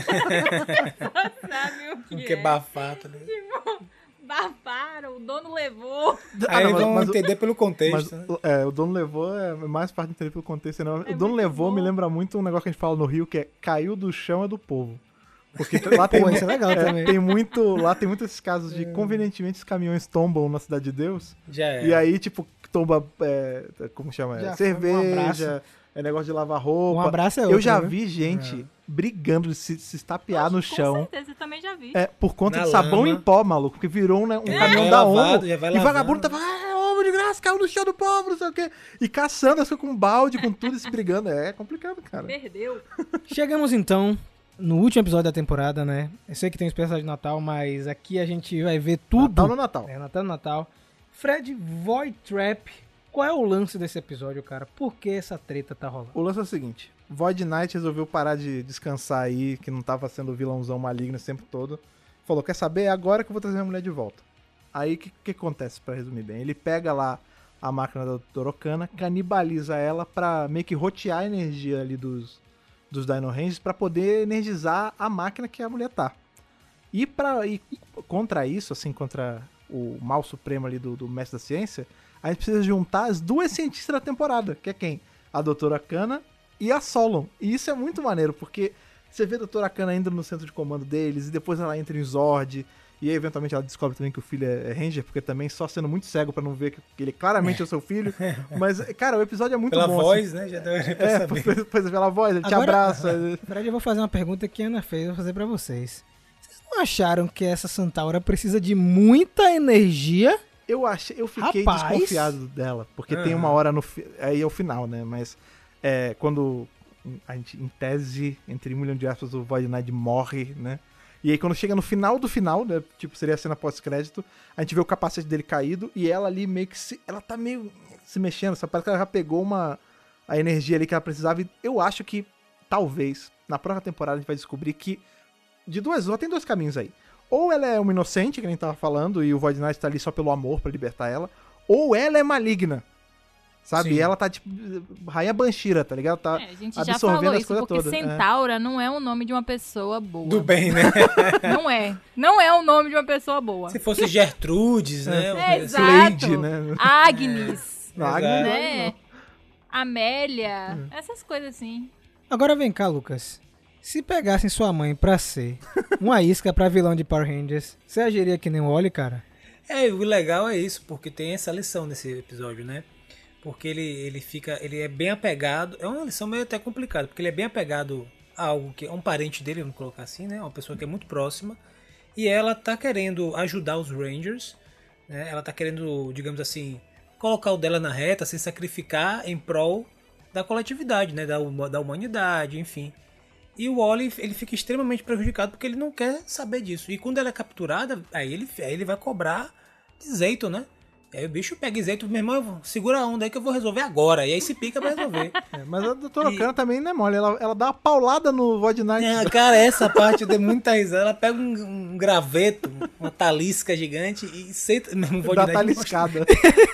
Só sabe o que Porque é. bafar, tá ligado? Tipo, bafaram, o dono levou. Ah, Aí não, mas- vão mas o- entender pelo Mas contexto. né? é, o dono levou é mais parte de entender pelo contexto. Não. É o dono muito levou bom. me lembra muito um negócio que a gente fala no Rio, que é caiu do chão é do povo. Porque lá tem, Pô, isso é legal é, também. tem muito, lá tem muitos esses casos de convenientemente os caminhões tombam na Cidade de Deus. Já é. E aí, tipo, tomba, é, como chama? Já É, foi, um abraço. cerveja, é negócio de lavar roupa. Um abraço é Eu outro, já né? vi gente brigando de se, se estapear no Com chão. certeza, eu também já vi. É, por conta Na de sabão lama. em pó, maluco, porque virou um, né, um É, caminhão vai da lavado, ONU. já vai E lavando. vagabundo tava, ah, ovo de graça, caiu no chão do povo, não sei o quê. E caçando, assim, com balde, com tudo, e se brigando. É complicado, cara. Perdeu. Chegamos então no último episódio da temporada, né? Eu sei que tem um especial de Natal, mas aqui a gente vai ver tudo. Natal no Natal. É, Natal no Natal. Fred, Void Trap. Qual é o lance desse episódio, cara? Por que essa treta tá rolando? O lance é o seguinte, Void Knight resolveu parar de descansar aí, que não tava sendo vilãozão maligno esse tempo todo. Falou, quer saber? É agora que eu vou trazer a mulher de volta. Aí, o que, que acontece, pra resumir bem? Ele pega lá a máquina da doutora Okana, canibaliza ela pra meio que rotear a energia ali dos, dos Dino Rangers pra poder energizar a máquina que a mulher tá. E, pra, e contra isso, assim, contra o mal supremo ali do, do Mestre da Ciência, a gente precisa juntar as duas cientistas da temporada, que é quem? A doutora Akana e a Solon. E isso é muito maneiro, porque você vê a doutora Akana indo no centro de comando deles, e depois ela entra em Zord, e aí eventualmente ela descobre também que o filho é Ranger, porque também só sendo muito cego pra não ver que ele claramente é o seu filho. Mas, cara, o episódio é muito Pela bom. voz, assim. né? Já deu pra É, saber. depois pela voz, ele te Agora- abraça. Fred, eu vou fazer uma pergunta que a Ana fez, eu vou fazer pra vocês. Vocês não acharam que essa Santaura precisa de muita energia? Eu achei, eu fiquei Rapaz. desconfiado dela, porque tem uma Aham. hora no fi- aí é o final, né? Mas é, quando a gente, em tese, entre um milhão de aspas, o Void Knight morre, né? E aí quando chega no final do final, né? Tipo, seria a cena pós-crédito, a gente vê o capacete dele caído e ela ali meio que se, ela tá meio se mexendo, sabe? Parece que ela já pegou uma a energia ali que ela precisava e eu acho que talvez na próxima temporada a gente vai descobrir que de duas, só tem dois caminhos aí. Ou ela é uma inocente, que a gente tava falando, e o Void Knight tá ali só pelo amor pra libertar ela, ou ela é maligna. Sabe? Sim. E ela tá tipo Rainha Banshira, tá ligado? Tá É, a gente já absorvendo falou as isso, coisas porque todas. É. Centaura não é o nome de uma pessoa boa. Do bem, né? Não é. Não é o nome de uma pessoa boa. Se fosse Gertrudes, né? É, uma coisa assim. exato. Lady, né? Agnes, Não, Exato. Agnes não, né? não. Amélia, essas coisas assim. Agora vem cá, Lucas. Se pegassem sua mãe pra ser uma isca pra vilão de Power Rangers, você agiria que nem o Oli, cara? É, o legal é isso, porque tem essa lição nesse episódio, né? Porque ele, ele fica, ele é bem apegado, é uma lição meio até complicada, porque ele é bem apegado algo que é um parente dele, vamos colocar assim, né? Uma pessoa que é muito próxima. E ela tá querendo ajudar os Rangers, né? Ela tá querendo, digamos assim, colocar o dela na reta, se sacrificar em prol da coletividade, né? Da, da humanidade, enfim. E o Wally, ele fica extremamente prejudicado porque ele não quer saber disso. E quando ela é capturada, aí ele, aí ele vai cobrar de Zeyton, né? Aí o bicho pega e Zeyton, meu irmão, segura a onda aí que eu vou resolver agora. E aí se pica pra resolver. É, mas a doutora E- Okana também não é mole. Ela, ela dá uma paulada no Void Knight. É, cara, essa parte deu muita risada. Ela pega um, um graveto, uma talisca gigante e senta. Mesmo vou dá dar taliscada.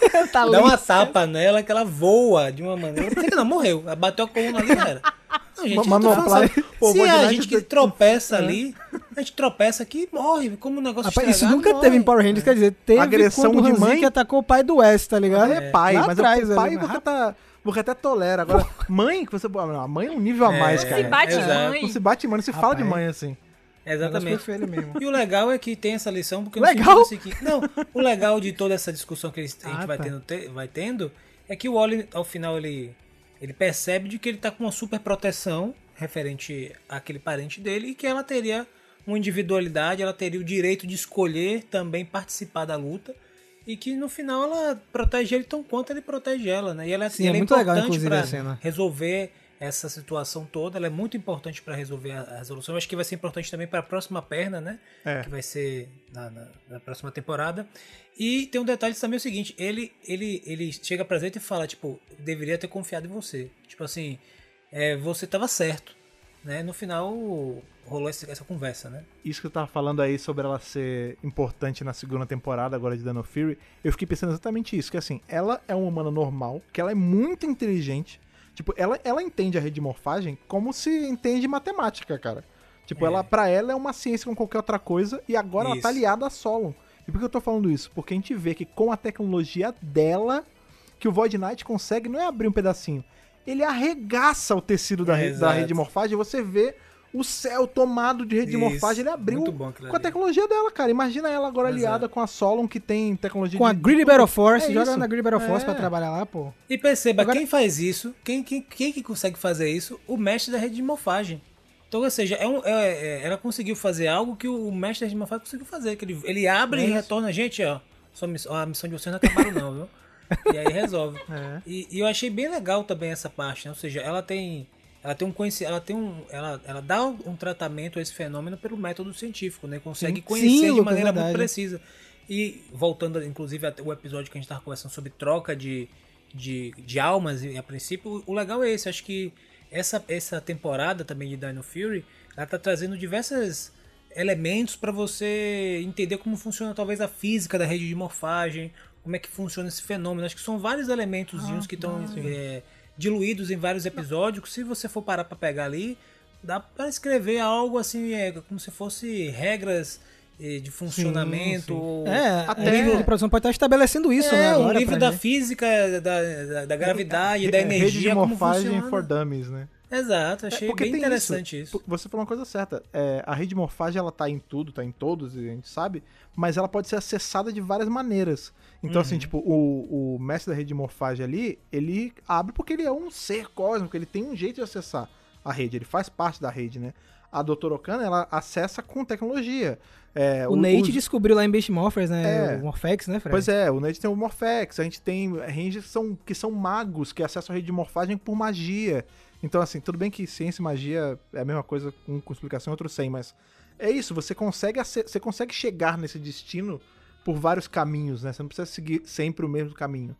Dá uma tapa nela que ela voa de uma maneira. Não, não morreu. Ela bateu a coluna ali e já era. Não, gente, Uma eu tô falando manopla- sério. Pô, Se Void a Knight gente que tem- tropeça ali, a gente tropeça aqui e morre. Como o negócio Rapaz, isso estragado, nunca morre. teve em Power Rangers, quer dizer, teve Agressão quando o de Hanzik mãe? atacou o pai do Wes, tá ligado? É pai, Lá mas atrás, o pai ali, você, mas tá, você até tolera. Agora, mãe, que você. Não, a mãe é um nível a É, mais, não cara. se bate exato. mãe. Não se bate mãe, não se fala de mãe assim. Exatamente. Foi feio mesmo. E o legal é que tem essa lição, porque Legal? no sentido assim que- não, o legal de toda essa discussão que eles- a gente Ah, vai, tá. tendo, te- vai tendo é que o Wally, ao final, ele, ele percebe de que ele tá com uma super proteção referente àquele parente dele e que ela teria uma individualidade, ela teria o direito de escolher também participar da luta e que no final ela protege ele tão quanto ele protege ela, né? E ela, Sim, é ela muito legal, importante inclusive, pra a cena. resolver essa situação toda, ela é muito importante para resolver a, a resolução. Eu acho que vai ser importante também para a próxima perna, né? É. Que vai ser na, na, na próxima temporada. E tem um detalhe também é o seguinte, ele, ele, ele chega pra Zeyton e fala, tipo, deveria ter confiado em você. Tipo assim, é, você tava certo, né? No final rolou essa, essa conversa, né? Isso que eu tava falando aí sobre ela ser importante na segunda temporada agora de Dino Fury, eu fiquei pensando exatamente isso, que assim, ela é uma humana normal, que ela é muito inteligente, tipo, ela, ela entende a rede de morfagem como se entende matemática, cara. Tipo, É. ela, pra ela é uma ciência como qualquer outra coisa, e agora ela Isso. tá aliada a Solon. E por que eu tô falando isso? Porque a gente vê que com a tecnologia dela, que o Void Knight consegue, não é abrir um pedacinho, ele arregaça o tecido da, É, re- da exato. rede de morfagem, e você vê o céu tomado de rede de Isso, morfagem, ele abriu muito bom aquilo com a ali. tecnologia dela, cara. Imagina ela agora Exato. aliada com a Solon, que tem tecnologia Com a de... Greedy Battle Force, É joga isso. na Greedy Battle Force É. pra trabalhar lá, pô. E perceba, Agora- quem faz isso, quem, quem, quem que consegue fazer isso? O mestre da rede de morfagem. Então, ou seja, é um, é- é- ela conseguiu fazer algo que o mestre da rede de morfagem conseguiu fazer. Que ele, ele abre É e isso. retorna, gente, ó, sua missão, a missão de vocês não acabaram não, viu? E aí resolve. É. E, e eu achei bem legal também essa parte, né? Ou seja, ela tem, ela tem um conhecimento, ela tem um, ela, ela dá um tratamento a esse fenômeno pelo método científico, né? Consegue Sim. conhecer Sim, de Lucas, maneira verdade. muito precisa. E voltando, inclusive, até o episódio que a gente estava conversando sobre troca de, de, de almas, e a princípio, o legal é esse. Acho que essa, essa temporada também de Dino Fury, ela tá trazendo diversos elementos para você entender como funciona talvez a física da rede de morfagem, como é que funciona esse fenômeno. Acho que são vários elementos Ah, que estão é, diluídos em vários episódios, que se você for parar para pegar ali, dá para escrever algo assim, é, como se fosse regras eh, de funcionamento. sim. Ou É, Até- a nível de produção pode estar estabelecendo isso, né? é, um Agora, livro pra da gente. física, da, da, da gravidade, da É, rede de energia, como morfagem funciona. for dummies, né? Exato, achei É, porque bem tem interessante isso. Você falou uma coisa certa. É, a rede de morfagem, ela tá em tudo, tá em todos, a gente sabe, mas ela pode ser acessada de várias maneiras. Então, assim, tipo, o, o mestre da rede de morfagem ali, ele abre porque ele é um ser cósmico, ele tem um jeito de acessar a rede, ele faz parte da rede, né? A doutora Okana, ela acessa com tecnologia. É, O Nate os- descobriu lá em Beast Morphers, né? É. O Morphex, né, Fred? Pois é, o Nate tem o Morphex, a gente tem rangers que são, que são magos, que acessam a rede de morfagem por magia. Então, assim, tudo bem que ciência e magia é a mesma coisa, um com explicação e outro sem, mas é isso, você consegue, ace- você consegue chegar nesse destino por vários caminhos, né? Você não precisa seguir sempre o mesmo caminho.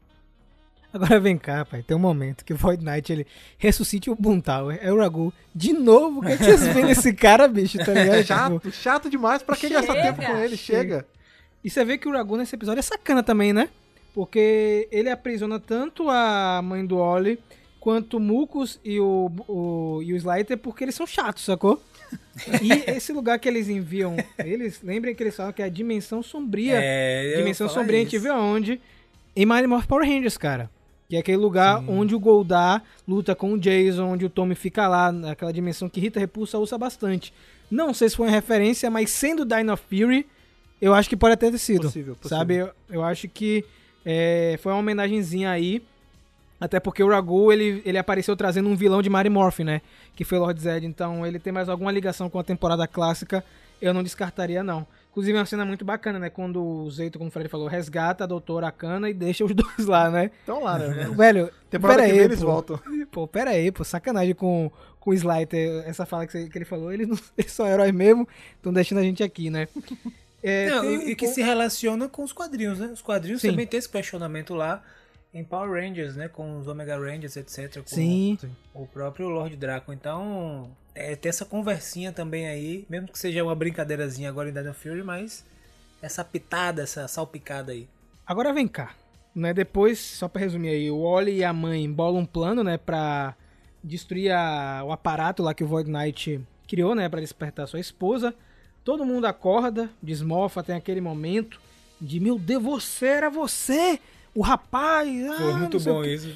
Agora vem cá, pai. Tem um momento que o Void Knight, ele ressuscita o Boomtower. É o Ragu. De novo, o que, é que vocês veem nesse cara, bicho, tá ligado? É Tipo, chato, chato demais, pra quem gastar Chega, tempo com ele? Chega. E você vê que o Ragu nesse episódio é sacana também, né? Porque ele aprisiona tanto a mãe do Oli quanto o Mucus e o, o, e o Slider porque eles são chatos, sacou? E esse lugar que eles enviam eles, lembrem que eles falam que é a Dimensão Sombria. É, eu ia Dimensão falar Sombria a gente isso. viu aonde? Em Mighty Morphin Power Rangers, cara. Que é aquele lugar onde o Goldar luta com o Jason, onde o Tommy fica lá, naquela dimensão que Rita Repulsa usa bastante. Não sei se foi uma referência, mas sendo Dino Fury, eu acho que pode até ter sido. Possível, possível. Sabe? Eu, eu acho que é, foi uma homenagenzinha aí. Até porque o Ragu, ele, ele apareceu trazendo um vilão de Mighty Morphin, né? Que foi o Lord Zed. Então, ele tem mais alguma ligação com a temporada clássica, eu não descartaria, não. Inclusive, é uma cena muito bacana, né? Quando o Zeito, como o Fred falou, resgata a doutora Akana e deixa os dois lá, né? Então lá, né? Velho, Temporada pera que vem aí, eles pô. voltam. Pô, pera aí, pô. Sacanagem com, com o Slider. Essa fala que, você- que ele falou. Eles, não, eles são heróis mesmo, estão deixando a gente aqui, né? É, Não, tem e um e que ponto- se relaciona com os quadrinhos, né? Os quadrinhos Sim. também tem esse questionamento lá em Power Rangers, né? Com os Omega Rangers, etcétera. Com Sim. o próprio Lord Draco. Então, é, tem essa conversinha também aí, mesmo que seja uma brincadeirazinha agora em Dino Fury, mas essa pitada, essa salpicada aí. Agora vem cá, né? Depois, só pra resumir aí, o Wally e a mãe bolam um plano, né? Pra destruir a- o aparato lá que o Void Knight criou, né? Pra despertar sua esposa. Todo mundo acorda, desmofa, tem aquele momento de, meu Deus, você era você, o rapaz. Ah, Foi muito não sei o bom quê. isso.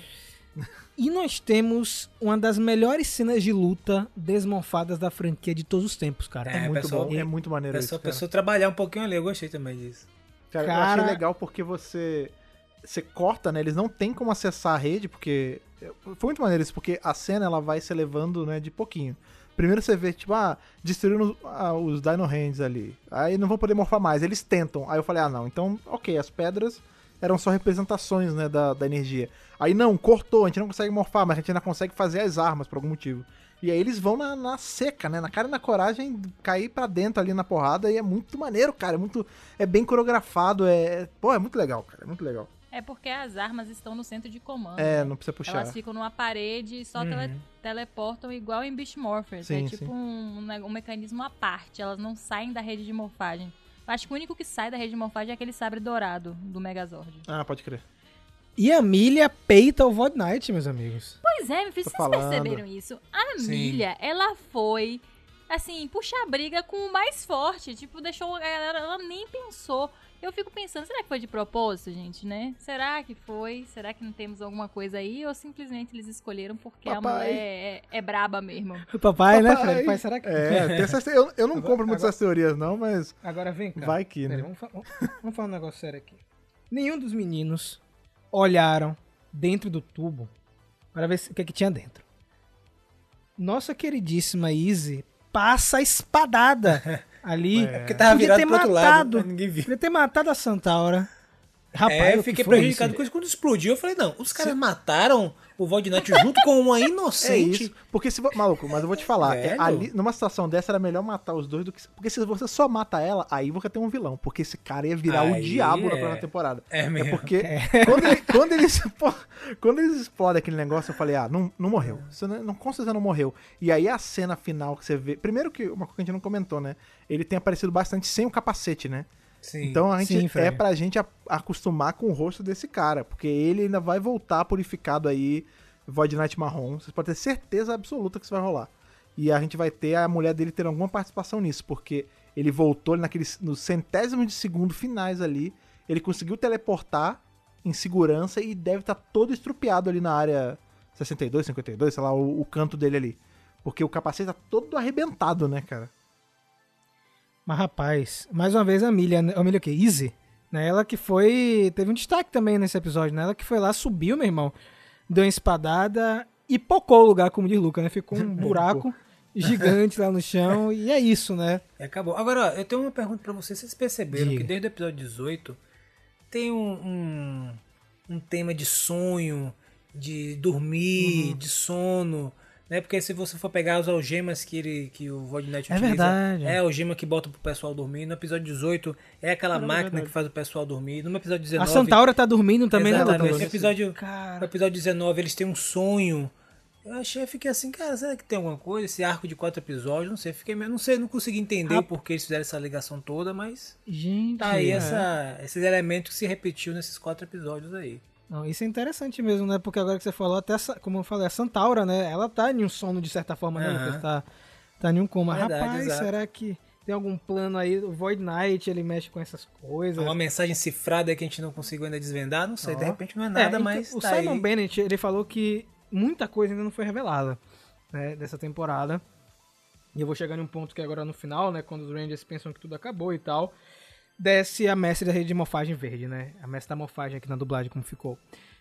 E nós temos uma das melhores cenas de luta desmofadas da franquia de todos os tempos, cara. É, muito pessoal, bom, é muito maneiro Pessoa, isso, cara. pessoa trabalhar um pouquinho ali, eu gostei também disso. Cara, eu Cara- achei legal porque você você corta, né? Eles não tem como acessar a rede, porque foi muito maneiro isso, porque a cena ela vai se elevando, né, de pouquinho. Primeiro você vê, tipo, ah, destruindo ah, os Dino Hands ali. Aí não vão poder morfar mais, eles tentam. Aí eu falei, ah, não, então, ok, as pedras eram só representações, né, da, da energia. Aí não, cortou, a gente não consegue morfar, mas a gente ainda consegue fazer as armas por algum motivo. E aí eles vão na, na seca, né, na cara e na coragem, cair pra dentro ali na porrada, e é muito maneiro, cara, é muito, é bem coreografado, é, pô, é muito legal, cara, é muito legal. É porque as armas estão no centro de comando. É, né? não precisa puxar. Elas ficam numa parede e só tele- teleportam igual em Beast Morphers. Sim, é tipo sim. um, né, um mecanismo à parte. Elas não saem da rede de morfagem. Eu acho que o único que sai da rede de morfagem é aquele sabre dourado do Megazord. Ah, pode crer. E a Milha peita o Void Knight, meus amigos. Pois é, meu filho, Tô vocês falando. perceberam isso? A Sim. Milha, ela foi, assim, puxar briga com o mais forte. Tipo, deixou a galera, ela nem pensou. Eu fico pensando, será que foi de propósito, gente, né? Será que foi? Será que não temos alguma coisa aí? Ou simplesmente eles escolheram porque a Papai. mulher é, é braba mesmo? O papai, né, Papai. Fred? Pai, será que... É, tem essas, eu, eu não Agora- compro muito agora- essas teorias, não, mas Agora vem cá. vai que, Pera aí, né? vamos, fa- vamos- vamos falar um negócio sério aqui. Nenhum dos meninos olharam dentro do tubo para ver se- o que, é que tinha dentro. Nossa queridíssima Izzy passa a espadada ali. É. Porque tava Podia virado ter pro outro matado. lado, ninguém viu. Podia ter matado a Santaura. Rapaz, É, o eu que fiquei foi prejudicado isso? com isso. Quando explodiu, eu falei, não, os caras mataram o Void Knight junto com uma É inocente. isso. Porque se. vo- Maluco, mas eu vou te falar. é, Velho. ali, numa situação dessa era melhor matar os dois do que. Porque se você só mata ela, aí você tem um vilão. Porque esse cara ia virar o Aí diabo na é. próxima temporada. É mesmo. porque quando, ele- quando eles. pô, quando eles explodem aquele negócio, eu falei, ah, não, não morreu. Você não, não, com certeza não morreu. E aí a cena final que você vê. Primeiro que uma coisa que a gente não comentou, né? Ele tem aparecido bastante sem o capacete, né? Sim. Então a gente Sim, Fred. é pra gente a- acostumar com o rosto desse cara, porque ele ainda vai voltar purificado aí, Void Knight marrom. Vocês podem ter certeza absoluta que isso vai rolar. E a gente vai ter a mulher dele ter alguma participação nisso, porque ele voltou naqueles nos centésimos de segundo finais ali, ele conseguiu teleportar em segurança e deve estar todo estrupiado ali na área sessenta e dois, cinquenta e dois, sei lá, o, o canto dele ali. Porque o capacete tá todo arrebentado, né, cara? Mas, rapaz, mais uma vez a Milha, né? A Milha o quê? Izzy, né? Ela que foi... Teve um destaque também nesse episódio, né? Ela que foi lá, subiu, meu irmão, deu uma espadada e pocou o lugar, como diz Luca, né? Ficou um buraco gigante lá no chão e é isso, né? E acabou. Agora, ó, eu tenho uma pergunta pra vocês. Vocês perceberam Diga. que desde o episódio dezoito tem um, um, um tema de sonho, de dormir, Uhum. de sono, né? Porque se você for pegar as algemas que, ele, que o Void Knight É utiliza, verdade. é a algema que bota pro pessoal dormir. No episódio dezoito é aquela Caramba, máquina verdade. que faz o pessoal dormir. No episódio A dezenove... Santaura tá dormindo também, né, Exatamente. doutor? No episódio, no Cara, episódio dezenove eles têm um sonho. Eu achei, eu fiquei assim, cara, será que tem alguma coisa? Esse arco de quatro episódios, não sei, fiquei meio, não sei, não consegui entender Rap- por que eles fizeram essa ligação toda, mas gente... tá aí é. essa, esses elementos que se repetiu nesses quatro episódios aí. Não, isso é interessante mesmo, né? Porque agora que você falou, até, essa- como eu falei, a Santaura, né? Ela tá em um sono de certa forma, né, Aham. Lucas? Tá, tá em um coma. Verdade, Rapaz, exato. será que tem algum plano aí? O Void Knight, ele mexe com essas coisas. Uma mensagem cifrada aí que a gente não conseguiu ainda desvendar, não sei, de Ó. repente não é É, nada, então, mas o tá Simon aí. Bennett, ele falou que muita coisa ainda não foi revelada, né, dessa temporada. E eu vou chegar em um ponto que agora no final, né, quando os Rangers pensam que tudo acabou e tal, desce a mestre da rede de morfagem verde, né? A mestre da morfagem aqui na dublagem, como ficou.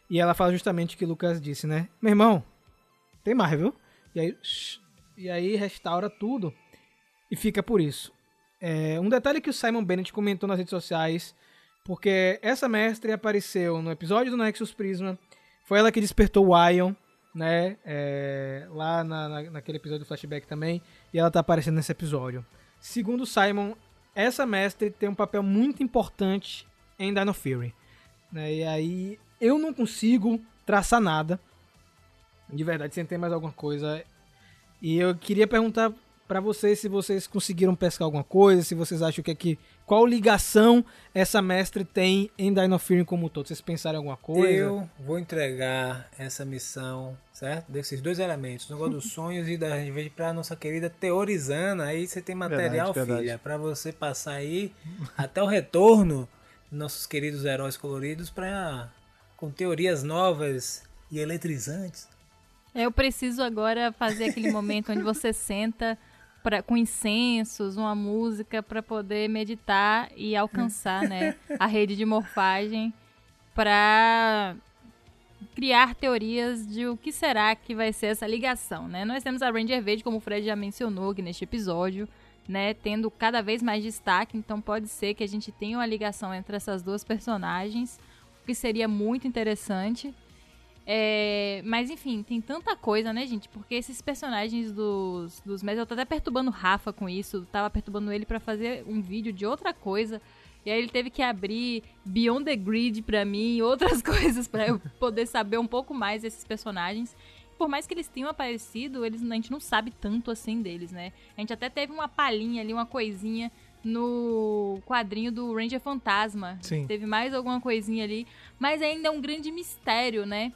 E ela fala justamente o que o Lucas disse, né? Meu irmão, tem mais, viu? E aí, shh, e aí restaura tudo e fica por isso. É, um detalhe que o Simon Bennett comentou nas redes sociais, porque essa mestre apareceu no episódio do Nexus Prisma, foi ela que despertou o Ion, né? É, lá na, na, naquele episódio do Flashback também, e ela tá aparecendo nesse episódio. Segundo o Simon, essa mestre tem um papel muito importante em Dino Fury, né? E aí eu não consigo traçar nada, de verdade, sem ter mais alguma coisa. E eu queria perguntar pra vocês se vocês conseguiram pescar alguma coisa, se vocês acham que é que qual ligação essa mestre tem em Dino Fury como um todo. Vocês pensaram em alguma coisa? Eu vou entregar essa missão, certo? Desses dois elementos, o negócio dos sonhos e da gente pra nossa querida Teorizana. Aí você tem material, Verdade, filha, verdade. pra você passar aí até o retorno dos nossos queridos heróis coloridos pra, com teorias novas e eletrizantes. Eu preciso agora fazer aquele momento onde você senta pra, com incensos, uma música para poder meditar e alcançar, né, a rede de morfagem para criar teorias de o que será que vai ser essa ligação, né? Nós temos a Ranger Verde, como o Fred já mencionou aqui neste episódio, né, tendo cada vez mais destaque, então pode ser que a gente tenha uma ligação entre essas duas personagens, o que seria muito interessante. É, mas enfim, tem tanta coisa, né, gente? Porque esses personagens dos, dos Mestres, eu tô até perturbando o Rafa com isso, tava perturbando ele pra fazer um vídeo de outra coisa, e aí ele teve que abrir Beyond the Grid pra mim e outras coisas pra eu poder saber um pouco mais desses personagens. Por mais que eles tenham aparecido, eles, a gente não sabe tanto assim deles, né? A gente até teve uma palhinha ali, uma coisinha no quadrinho do Ranger Fantasma. Sim. Teve mais alguma coisinha ali, mas ainda é um grande mistério, né?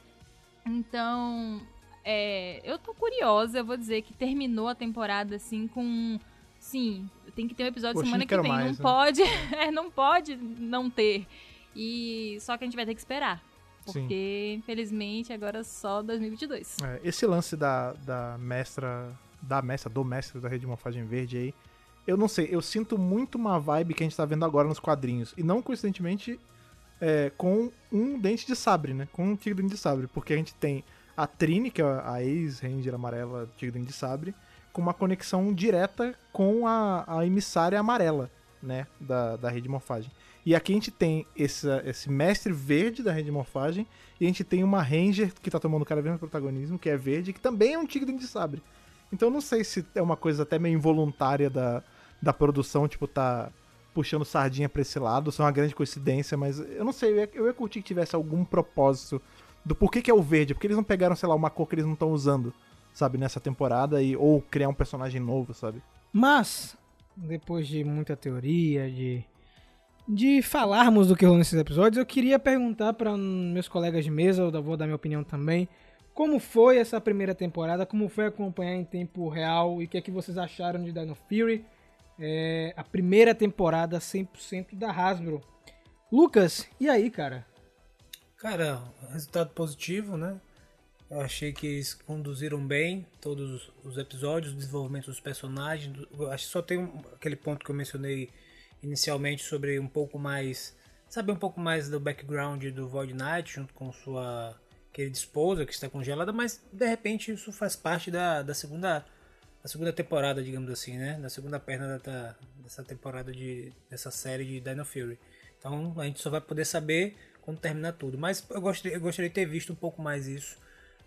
Então, é, eu tô curiosa, eu vou dizer que terminou a temporada assim com... Sim, tem que ter um episódio Poxa, semana não que quero vem, não mais, né? pode, é, não pode não ter. E só que a gente vai ter que esperar, porque infelizmente agora é só dois mil e vinte e dois. É, esse lance da, da mestra, da mestra, do mestre da rede de morfagem verde aí, eu não sei, eu sinto muito uma vibe que a gente tá vendo agora nos quadrinhos, e não coincidentemente é, com um dente de sabre, né, com um tigre de sabre, porque a gente tem a Trini, que é a ex-ranger amarela tigre de sabre, com uma conexão direta com a, a emissária amarela, né, da, da rede de morfagem. E aqui a gente tem esse, esse mestre verde da rede de morfagem, e a gente tem uma ranger que tá tomando cada vez mais protagonismo, que é verde, que também é um tigre de sabre. Então eu não sei se é uma coisa até meio involuntária da, da produção, tipo, tá puxando sardinha pra esse lado, isso é uma grande coincidência, mas eu não sei, eu ia, eu ia curtir que tivesse algum propósito do porquê que é o verde, porque eles não pegaram, sei lá, uma cor que eles não estão usando, sabe, nessa temporada, e, ou criar um personagem novo, sabe? Mas, depois de muita teoria, de, de falarmos do que rolou nesses episódios, eu queria perguntar para meus colegas de mesa, eu vou dar minha opinião também, como foi essa primeira temporada, como foi acompanhar em tempo real e o que é que vocês acharam de Dino Fury, é, a primeira temporada cem por cento da Hasbro. Lucas, e aí, cara? Cara, resultado positivo, né? Eu achei que eles conduziram bem todos os episódios, o desenvolvimento dos personagens. Eu acho que só tem um, aquele ponto que eu mencionei inicialmente sobre um pouco mais... Saber um pouco mais do background do Void Knight junto com sua querida esposa que está congelada, mas de repente isso faz parte da, da, segunda, da segunda temporada, digamos assim, né? Da segunda perna da, dessa temporada, de, dessa série de Dino Fury. Então a gente só vai poder saber quando terminar tudo. Mas eu gostaria, eu gostaria de ter visto um pouco mais isso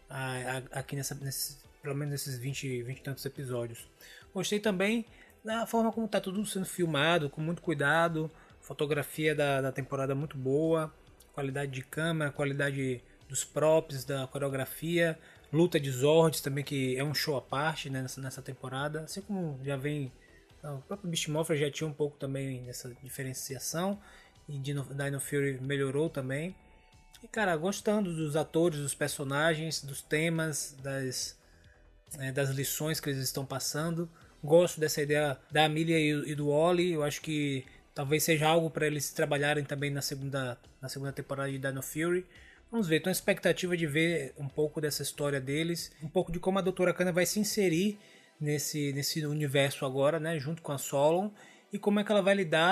aqui nessa, nesse, pelo menos nesses vinte, vinte e tantos episódios. Gostei também da forma como está tudo sendo filmado, com muito cuidado, fotografia da, da temporada muito boa, qualidade de câmera, qualidade dos props, da coreografia, luta de Zords também, que é um show à parte, né, nessa, nessa temporada, assim como já vem, o próprio Beast Morpher já tinha um pouco também dessa diferenciação, e Dino, Dino Fury melhorou também. E, cara, gostando dos atores, dos personagens, dos temas, das, né, das lições que eles estão passando. Gosto dessa ideia da Amelia e, e do Wally. Eu acho que talvez seja algo para eles trabalharem também na segunda, na segunda temporada de Dino Fury. Vamos ver, estou na expectativa de ver um pouco dessa história deles. Um pouco de como a Doutora Kana vai se inserir nesse, nesse universo agora, né, junto com a Solon. E como é que ela vai lidar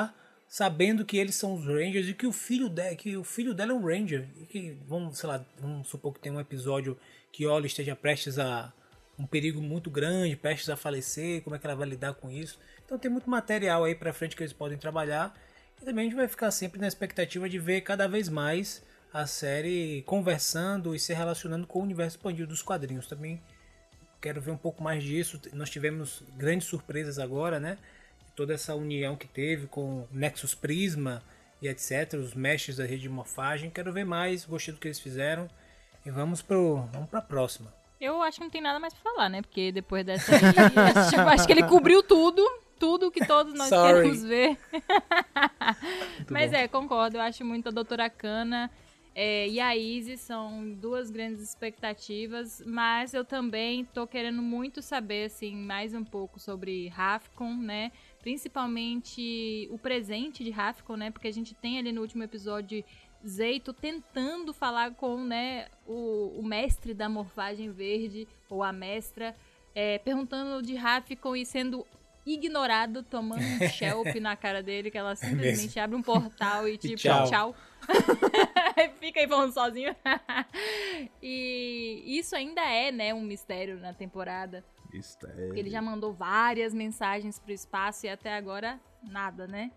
sabendo que eles são os Rangers e que o filho, de, que o filho dela é um Ranger. E que, vamos, sei lá, vamos supor que tem um episódio que Ollie esteja prestes a um perigo muito grande, prestes a falecer, como é que ela vai lidar com isso. Então tem muito material aí pra frente que eles podem trabalhar. E também a gente vai ficar sempre na expectativa de ver cada vez mais a série conversando e se relacionando com o universo expandido dos quadrinhos. Também quero ver um pouco mais disso. Nós tivemos grandes surpresas agora, né? Toda essa união que teve com Nexus Prisma e etcétera. Os mestres da rede de morfagem. Quero ver mais, gostei do que eles fizeram. E vamos, pro, vamos pra próxima. Eu acho que não tem nada mais pra falar, né? Porque depois dessa aí, acho, acho que ele cobriu tudo. Tudo que todos nós Sorry. queremos ver. Mas bom. é, concordo. Eu acho muito a Doutora Kana é, e a Izzy são duas grandes expectativas. Mas eu também tô querendo muito saber, assim, mais um pouco sobre Rafkon, né? Principalmente o presente de Rafkon, né? Porque a gente tem ali no último episódio Zeito tentando falar com, né, o, o mestre da morfagem verde, ou a mestra, é, perguntando de Rafkon e sendo ignorado, tomando um shelp na cara dele, que ela simplesmente abre um portal e tipo, tchau. tchau. Fica aí falando sozinho. E isso ainda é, né, um mistério na temporada. Porque ele já mandou várias mensagens pro espaço e até agora nada, né?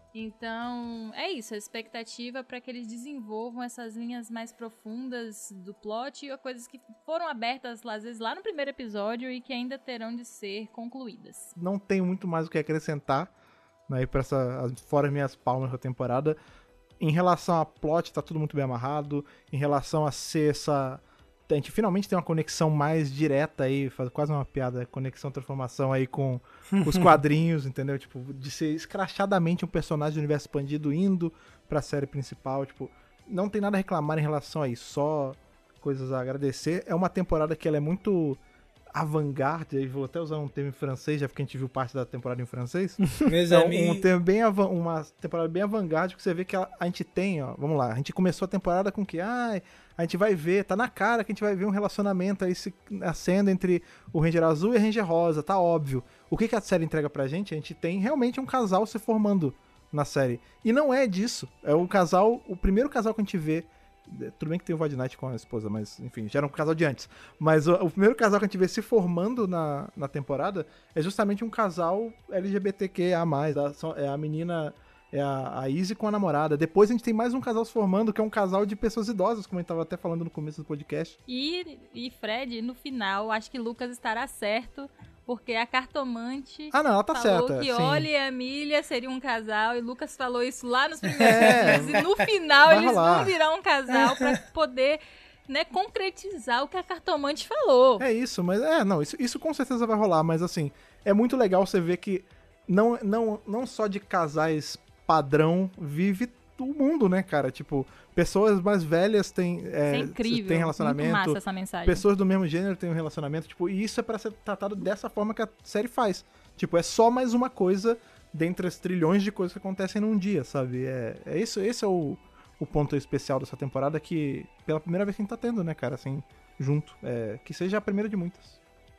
Então, é isso, a expectativa para que eles desenvolvam essas linhas mais profundas do plot e coisas que foram abertas, às vezes, lá no primeiro episódio e que ainda terão de ser concluídas. Não tenho muito mais o que acrescentar, né, pra essa, fora as minhas palmas da temporada. Em relação a plot, tá tudo muito bem amarrado. Em relação a ser essa... A gente finalmente tem uma conexão mais direta aí, faz quase uma piada, conexão, transformação aí com os quadrinhos, entendeu? Tipo, de ser escrachadamente um personagem do universo expandido indo pra série principal, tipo, não tem nada a reclamar em relação a isso, só coisas a agradecer. É uma temporada que ela é muito avant-garde, aí vou até usar um termo em francês, já que a gente viu parte da temporada em francês. Meus Então, amigos. um termo bem avan- uma temporada bem avant-garde, que você vê que a, a gente tem, ó, vamos lá, a gente começou a temporada com que, ai, a gente vai ver, tá na cara que a gente vai ver um relacionamento aí se nascendo entre o Ranger Azul e a Ranger Rosa, tá óbvio. O que, que a série entrega pra gente? A gente tem realmente um casal se formando na série. E não é disso, é um casal, o primeiro casal que a gente vê, tudo bem que tem o Void Knight com a esposa, mas enfim, já era um casal de antes. Mas o, o primeiro casal que a gente vê se formando na, na temporada é justamente um casal L G B T Q A mais, a, são- é a menina, é a, a Izzy com a namorada. Depois a gente tem mais um casal se formando, que é um casal de pessoas idosas, como a gente tava até falando no começo do podcast. E, e Fred, no final, acho que Lucas estará certo, porque a cartomante Ah, não, ela tá falou certa. que sim. Ollie e a Emília seriam um casal, e Lucas falou isso lá nos primeiros É, filmes, e no final vai eles rolar. vão virar um casal pra poder, né, concretizar o que a cartomante falou. É isso, mas é, não, isso, isso com certeza vai rolar, mas assim, é muito legal você ver que não, não, não só de casais padrão vive o mundo, né, cara? Tipo, pessoas mais velhas têm, é, Isso é incrível, têm relacionamento, muito massa essa mensagem. pessoas do mesmo gênero têm um relacionamento, tipo, e isso é pra ser tratado dessa forma que a série faz. Tipo, é só mais uma coisa dentre as trilhões de coisas que acontecem num dia, sabe? É, é isso, esse é o, o ponto especial dessa temporada que, pela primeira vez que a gente tá tendo, né, cara, assim, junto. É, que seja a primeira de muitas.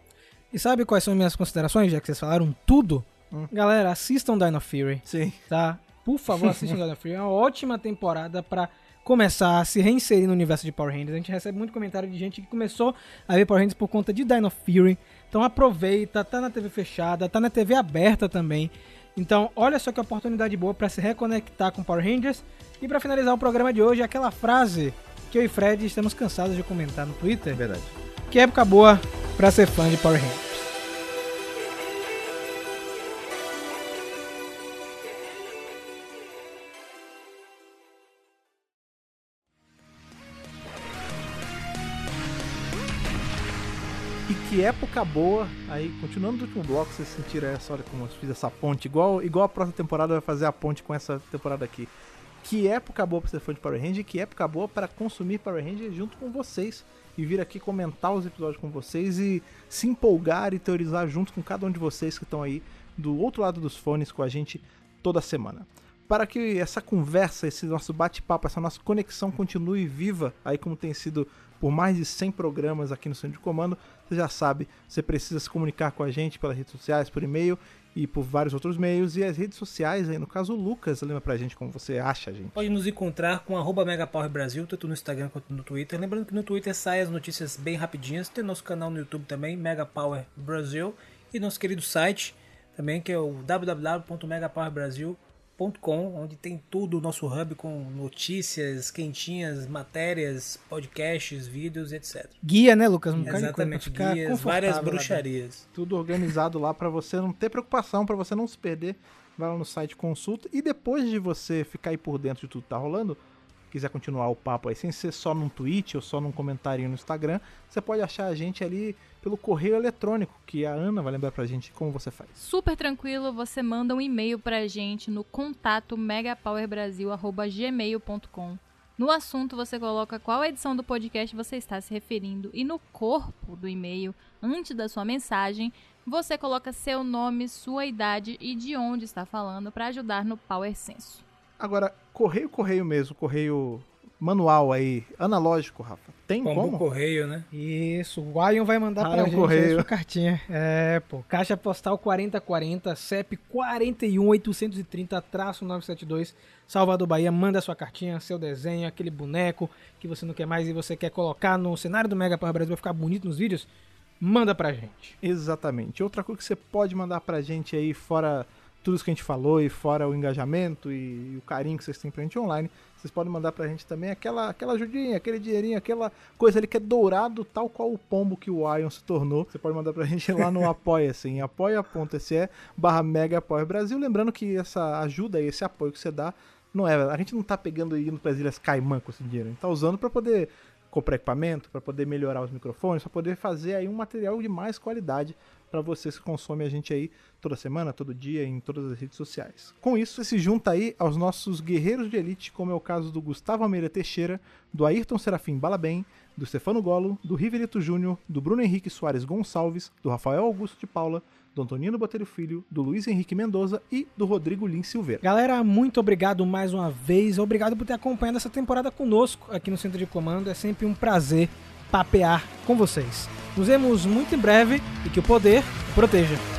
E sabe quais são minhas considerações, já que vocês falaram tudo? Hum. Galera, assistam Dino Fury, Sim. tá? Por favor, assistam Dino Fury. É uma ótima temporada pra começar a se reinserir no universo de Power Rangers. A gente recebe muito comentário de gente que começou a ver Power Rangers por conta de Dino Fury. Então aproveita, tá na T V fechada, tá na T V aberta também. Então olha só que oportunidade boa pra se reconectar com Power Rangers. E pra finalizar o programa de hoje, aquela frase que eu e Fred estamos cansados de comentar no Twitter. Verdade. Que época boa pra ser fã de Power Rangers. E que época boa, aí continuando no último bloco, vocês sentiram essa, olha como eu fiz essa ponte, igual, igual a próxima temporada vai fazer a ponte com essa temporada aqui. Que época boa pra ser fã de Power Rangers, que época boa para consumir Power Rangers junto com vocês e vir aqui comentar os episódios com vocês e se empolgar e teorizar junto com cada um de vocês que estão aí do outro lado dos fones com a gente toda semana. Para que essa conversa, esse nosso bate-papo, essa nossa conexão continue viva, aí como tem sido por mais de cem programas aqui no Centro de Comando, você já sabe, você precisa se comunicar com a gente pelas redes sociais, por e-mail, e por vários outros meios. E as redes sociais aí, no caso o Lucas, lembra pra gente como você acha a gente. Pode nos encontrar com arroba megapowerbrasil, tanto no Instagram quanto no Twitter. Lembrando que no Twitter saem as notícias bem rapidinhas. Tem nosso canal no YouTube também, Megapower Brasil. E nosso querido site também, que é o w w w ponto megapower brasil ponto com, onde tem tudo o nosso hub com notícias quentinhas, matérias, podcasts, vídeos, etcétera. Guia, né, Lucas? Um bocado de Exatamente, coisa pra ficar guias, várias confortável lá bruxarias. Tudo organizado lá pra você não ter preocupação, pra você não se perder. Vai lá no site, consulta. E depois de você ficar aí por dentro de tudo que tá rolando, quiser continuar o papo aí sem ser só num tweet ou só num comentário no Instagram, você pode achar a gente ali pelo correio eletrônico, que a Ana vai lembrar pra gente como você faz. Super tranquilo, você manda um e-mail pra gente no contato megapowerbrasil arroba gmail ponto com. No assunto você coloca qual edição do podcast você está se referindo e no corpo do e-mail, antes da sua mensagem, você coloca seu nome, sua idade e de onde está falando para ajudar no Power Censo. Agora, correio, correio mesmo, correio manual aí, analógico, Rafa. Tem Pombo como? correio, né? Isso, o Ion vai mandar Ah, pra é um gente correio. a sua cartinha. É, pô, caixa postal quarenta quarenta, C E P quatro um oitocentos e trinta novecentos e setenta e dois, Salvador, Bahia. Manda a sua cartinha, seu desenho, aquele boneco que você não quer mais e você quer colocar no cenário do Mega Power Brasil pra ficar bonito nos vídeos, manda pra gente. Exatamente. Outra coisa que você pode mandar pra gente aí, fora tudo isso que a gente falou e fora o engajamento e, e o carinho que vocês têm pra gente online, vocês podem mandar pra gente também aquela, aquela ajudinha, aquele dinheirinho, aquela coisa ali que é dourado, tal qual o pombo que o Ion se tornou. Você pode mandar pra gente lá no Apoia-se, em apoia.se barra Mega Power Brasil. Lembrando que essa ajuda e esse apoio que você dá, não é, a gente não tá pegando e indo pras Ilhas Caimã com esse dinheiro, a gente tá usando pra poder comprar equipamento, para poder melhorar os microfones, para poder fazer aí um material de mais qualidade para vocês que consomem a gente aí toda semana, todo dia, em todas as redes sociais. Com isso, você se junta aí aos nossos guerreiros de elite, como é o caso do Gustavo Almeida Teixeira, do Ayrton Serafim Balabem, do Stefano Golo, do Riverito Júnior, do Bruno Henrique Soares Gonçalves, do Rafael Augusto de Paula, do Antonino Botelho Filho, do Luiz Henrique Mendoza e do Rodrigo Lins Silveira. Galera, muito obrigado mais uma vez. Obrigado por ter acompanhado essa temporada conosco aqui no Centro de Comando. É sempre um prazer papear com vocês. Nos vemos muito em breve e que o poder proteja.